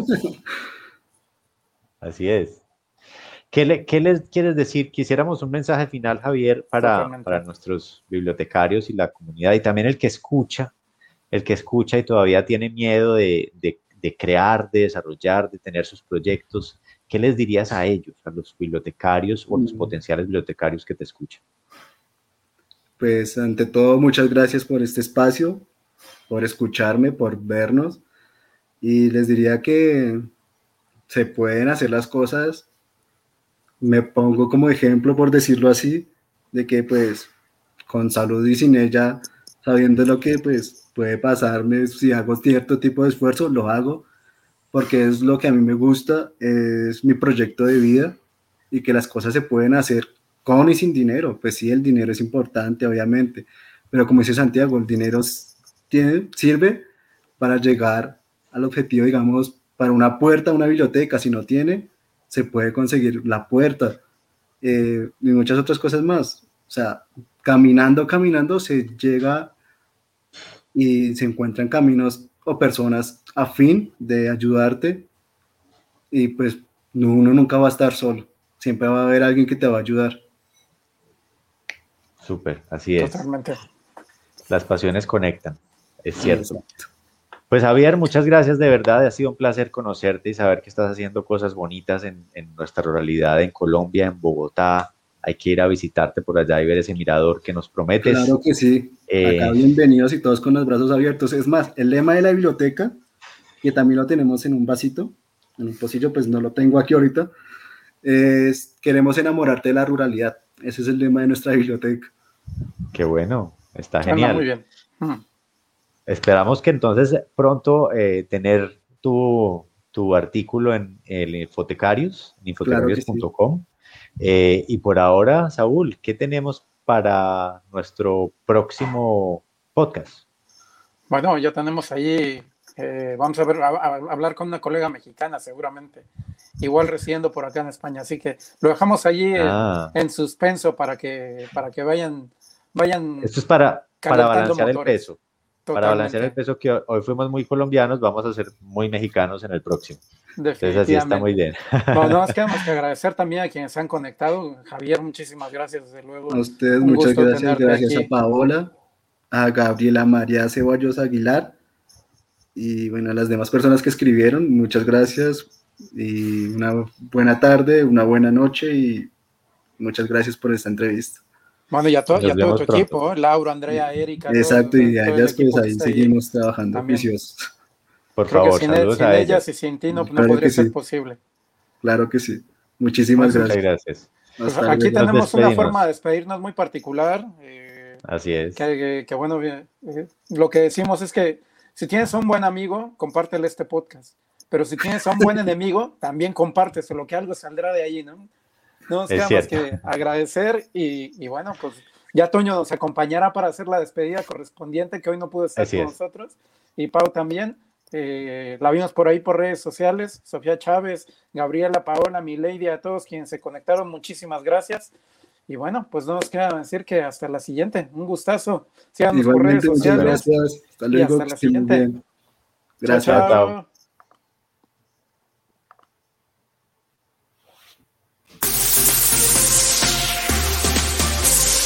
Así es. ¿Qué les quieres decir? Quisiéramos un mensaje final, Javier, para Totalmente. nuestros bibliotecarios y la comunidad y también el que escucha y todavía tiene miedo de crear, de desarrollar, de tener sus proyectos. ¿Qué les dirías a ellos, a los bibliotecarios o los potenciales bibliotecarios que te escuchan? Pues ante todo, muchas gracias por este espacio, por escucharme, por vernos. Y les diría que se pueden hacer las cosas. Me pongo como ejemplo, por decirlo así, de que pues con salud y sin ella, sabiendo lo que pues puede pasarme si hago cierto tipo de esfuerzo, lo hago porque es lo que a mí me gusta, es mi proyecto de vida y que las cosas se pueden hacer con y sin dinero. Pues sí, el dinero es importante, obviamente, pero como dice Santiago, el dinero sirve para llegar al objetivo, digamos, para una puerta, una biblioteca. Si no tiene, se puede conseguir la puerta y muchas otras cosas más. O sea, caminando se llega y se encuentran caminos o personas a fin de ayudarte y pues uno nunca va a estar solo, siempre va a haber alguien que te va a ayudar. Súper, así es. Totalmente. Las pasiones conectan, es cierto. Exacto. Pues Javier, muchas gracias de verdad, ha sido un placer conocerte y saber que estás haciendo cosas bonitas en nuestra ruralidad, en Colombia, en Bogotá. Hay que ir a visitarte por allá y ver ese mirador que nos prometes. Claro que sí, acá bienvenidos y todos con los brazos abiertos. Es más, el lema de la biblioteca, que también lo tenemos en un vasito, en un pocillo, pues no lo tengo aquí ahorita, es queremos enamorarte de la ruralidad. Ese es el lema de nuestra biblioteca. Qué bueno, está Suena genial. muy bien. Esperamos que entonces pronto tener tu artículo en el Infotecarios, en Claro que sí. infotecarios.com. Y por ahora, Saúl, ¿qué tenemos para nuestro próximo podcast? Bueno, ya tenemos ahí, vamos a ver, a hablar con una colega mexicana seguramente, igual residiendo por acá en España, así que lo dejamos allí en suspenso para que vayan Esto es para balancear motores. el peso. Totalmente. Para balancear el peso, que hoy fuimos muy colombianos, vamos a ser muy mexicanos en el próximo. Entonces así está muy bien. No, nos quedamos que agradecer también a quienes se han conectado. Javier, muchísimas gracias, desde luego. A ustedes Un muchas gusto gracias, tenerte gracias aquí. a Paola, a Gabriela María Ceballos Aguilar y bueno, a las demás personas que escribieron, muchas gracias. y una buena tarde, una buena noche y muchas gracias por esta entrevista. Bueno, y a todo tu pronto. equipo, Lauro, Andrea, Erika. Exacto, y a todo el ellas equipo pues que ahí está seguimos trabajando también. juiciosos. Por Creo favor, que saludos sin a ellas ellas. y sin ti no Claro podría que ser sí. posible. Claro que sí. Muchísimas Muchas gracias. gracias. Pues Hasta aquí luego. tenemos una despedimos. forma de despedirnos muy particular. Así es. Que bueno, lo que decimos es que si tienes a un buen amigo, compártele este podcast. Pero si tienes a un buen enemigo, también compárteselo, que algo saldrá de allí, ¿no? No nos Es queda más cierto. que agradecer y bueno, pues ya Toño nos acompañará para hacer la despedida correspondiente, que hoy no pudo estar Así con es. nosotros. Y Pau también. La vimos por ahí por redes sociales. Sofía Chávez, Gabriela, Paola, Milady, a todos quienes se conectaron, muchísimas gracias. Y bueno, pues no nos queda decir que hasta la siguiente. Un gustazo. Síganos por redes Igualmente, muchas sociales. gracias. Hasta Y luego. hasta Que la estén muy siguiente. bien. Gracias. Chao, chao. Chao.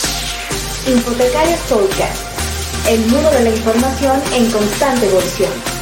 Hipotecarios Podcast, el mundo de la información en constante evolución.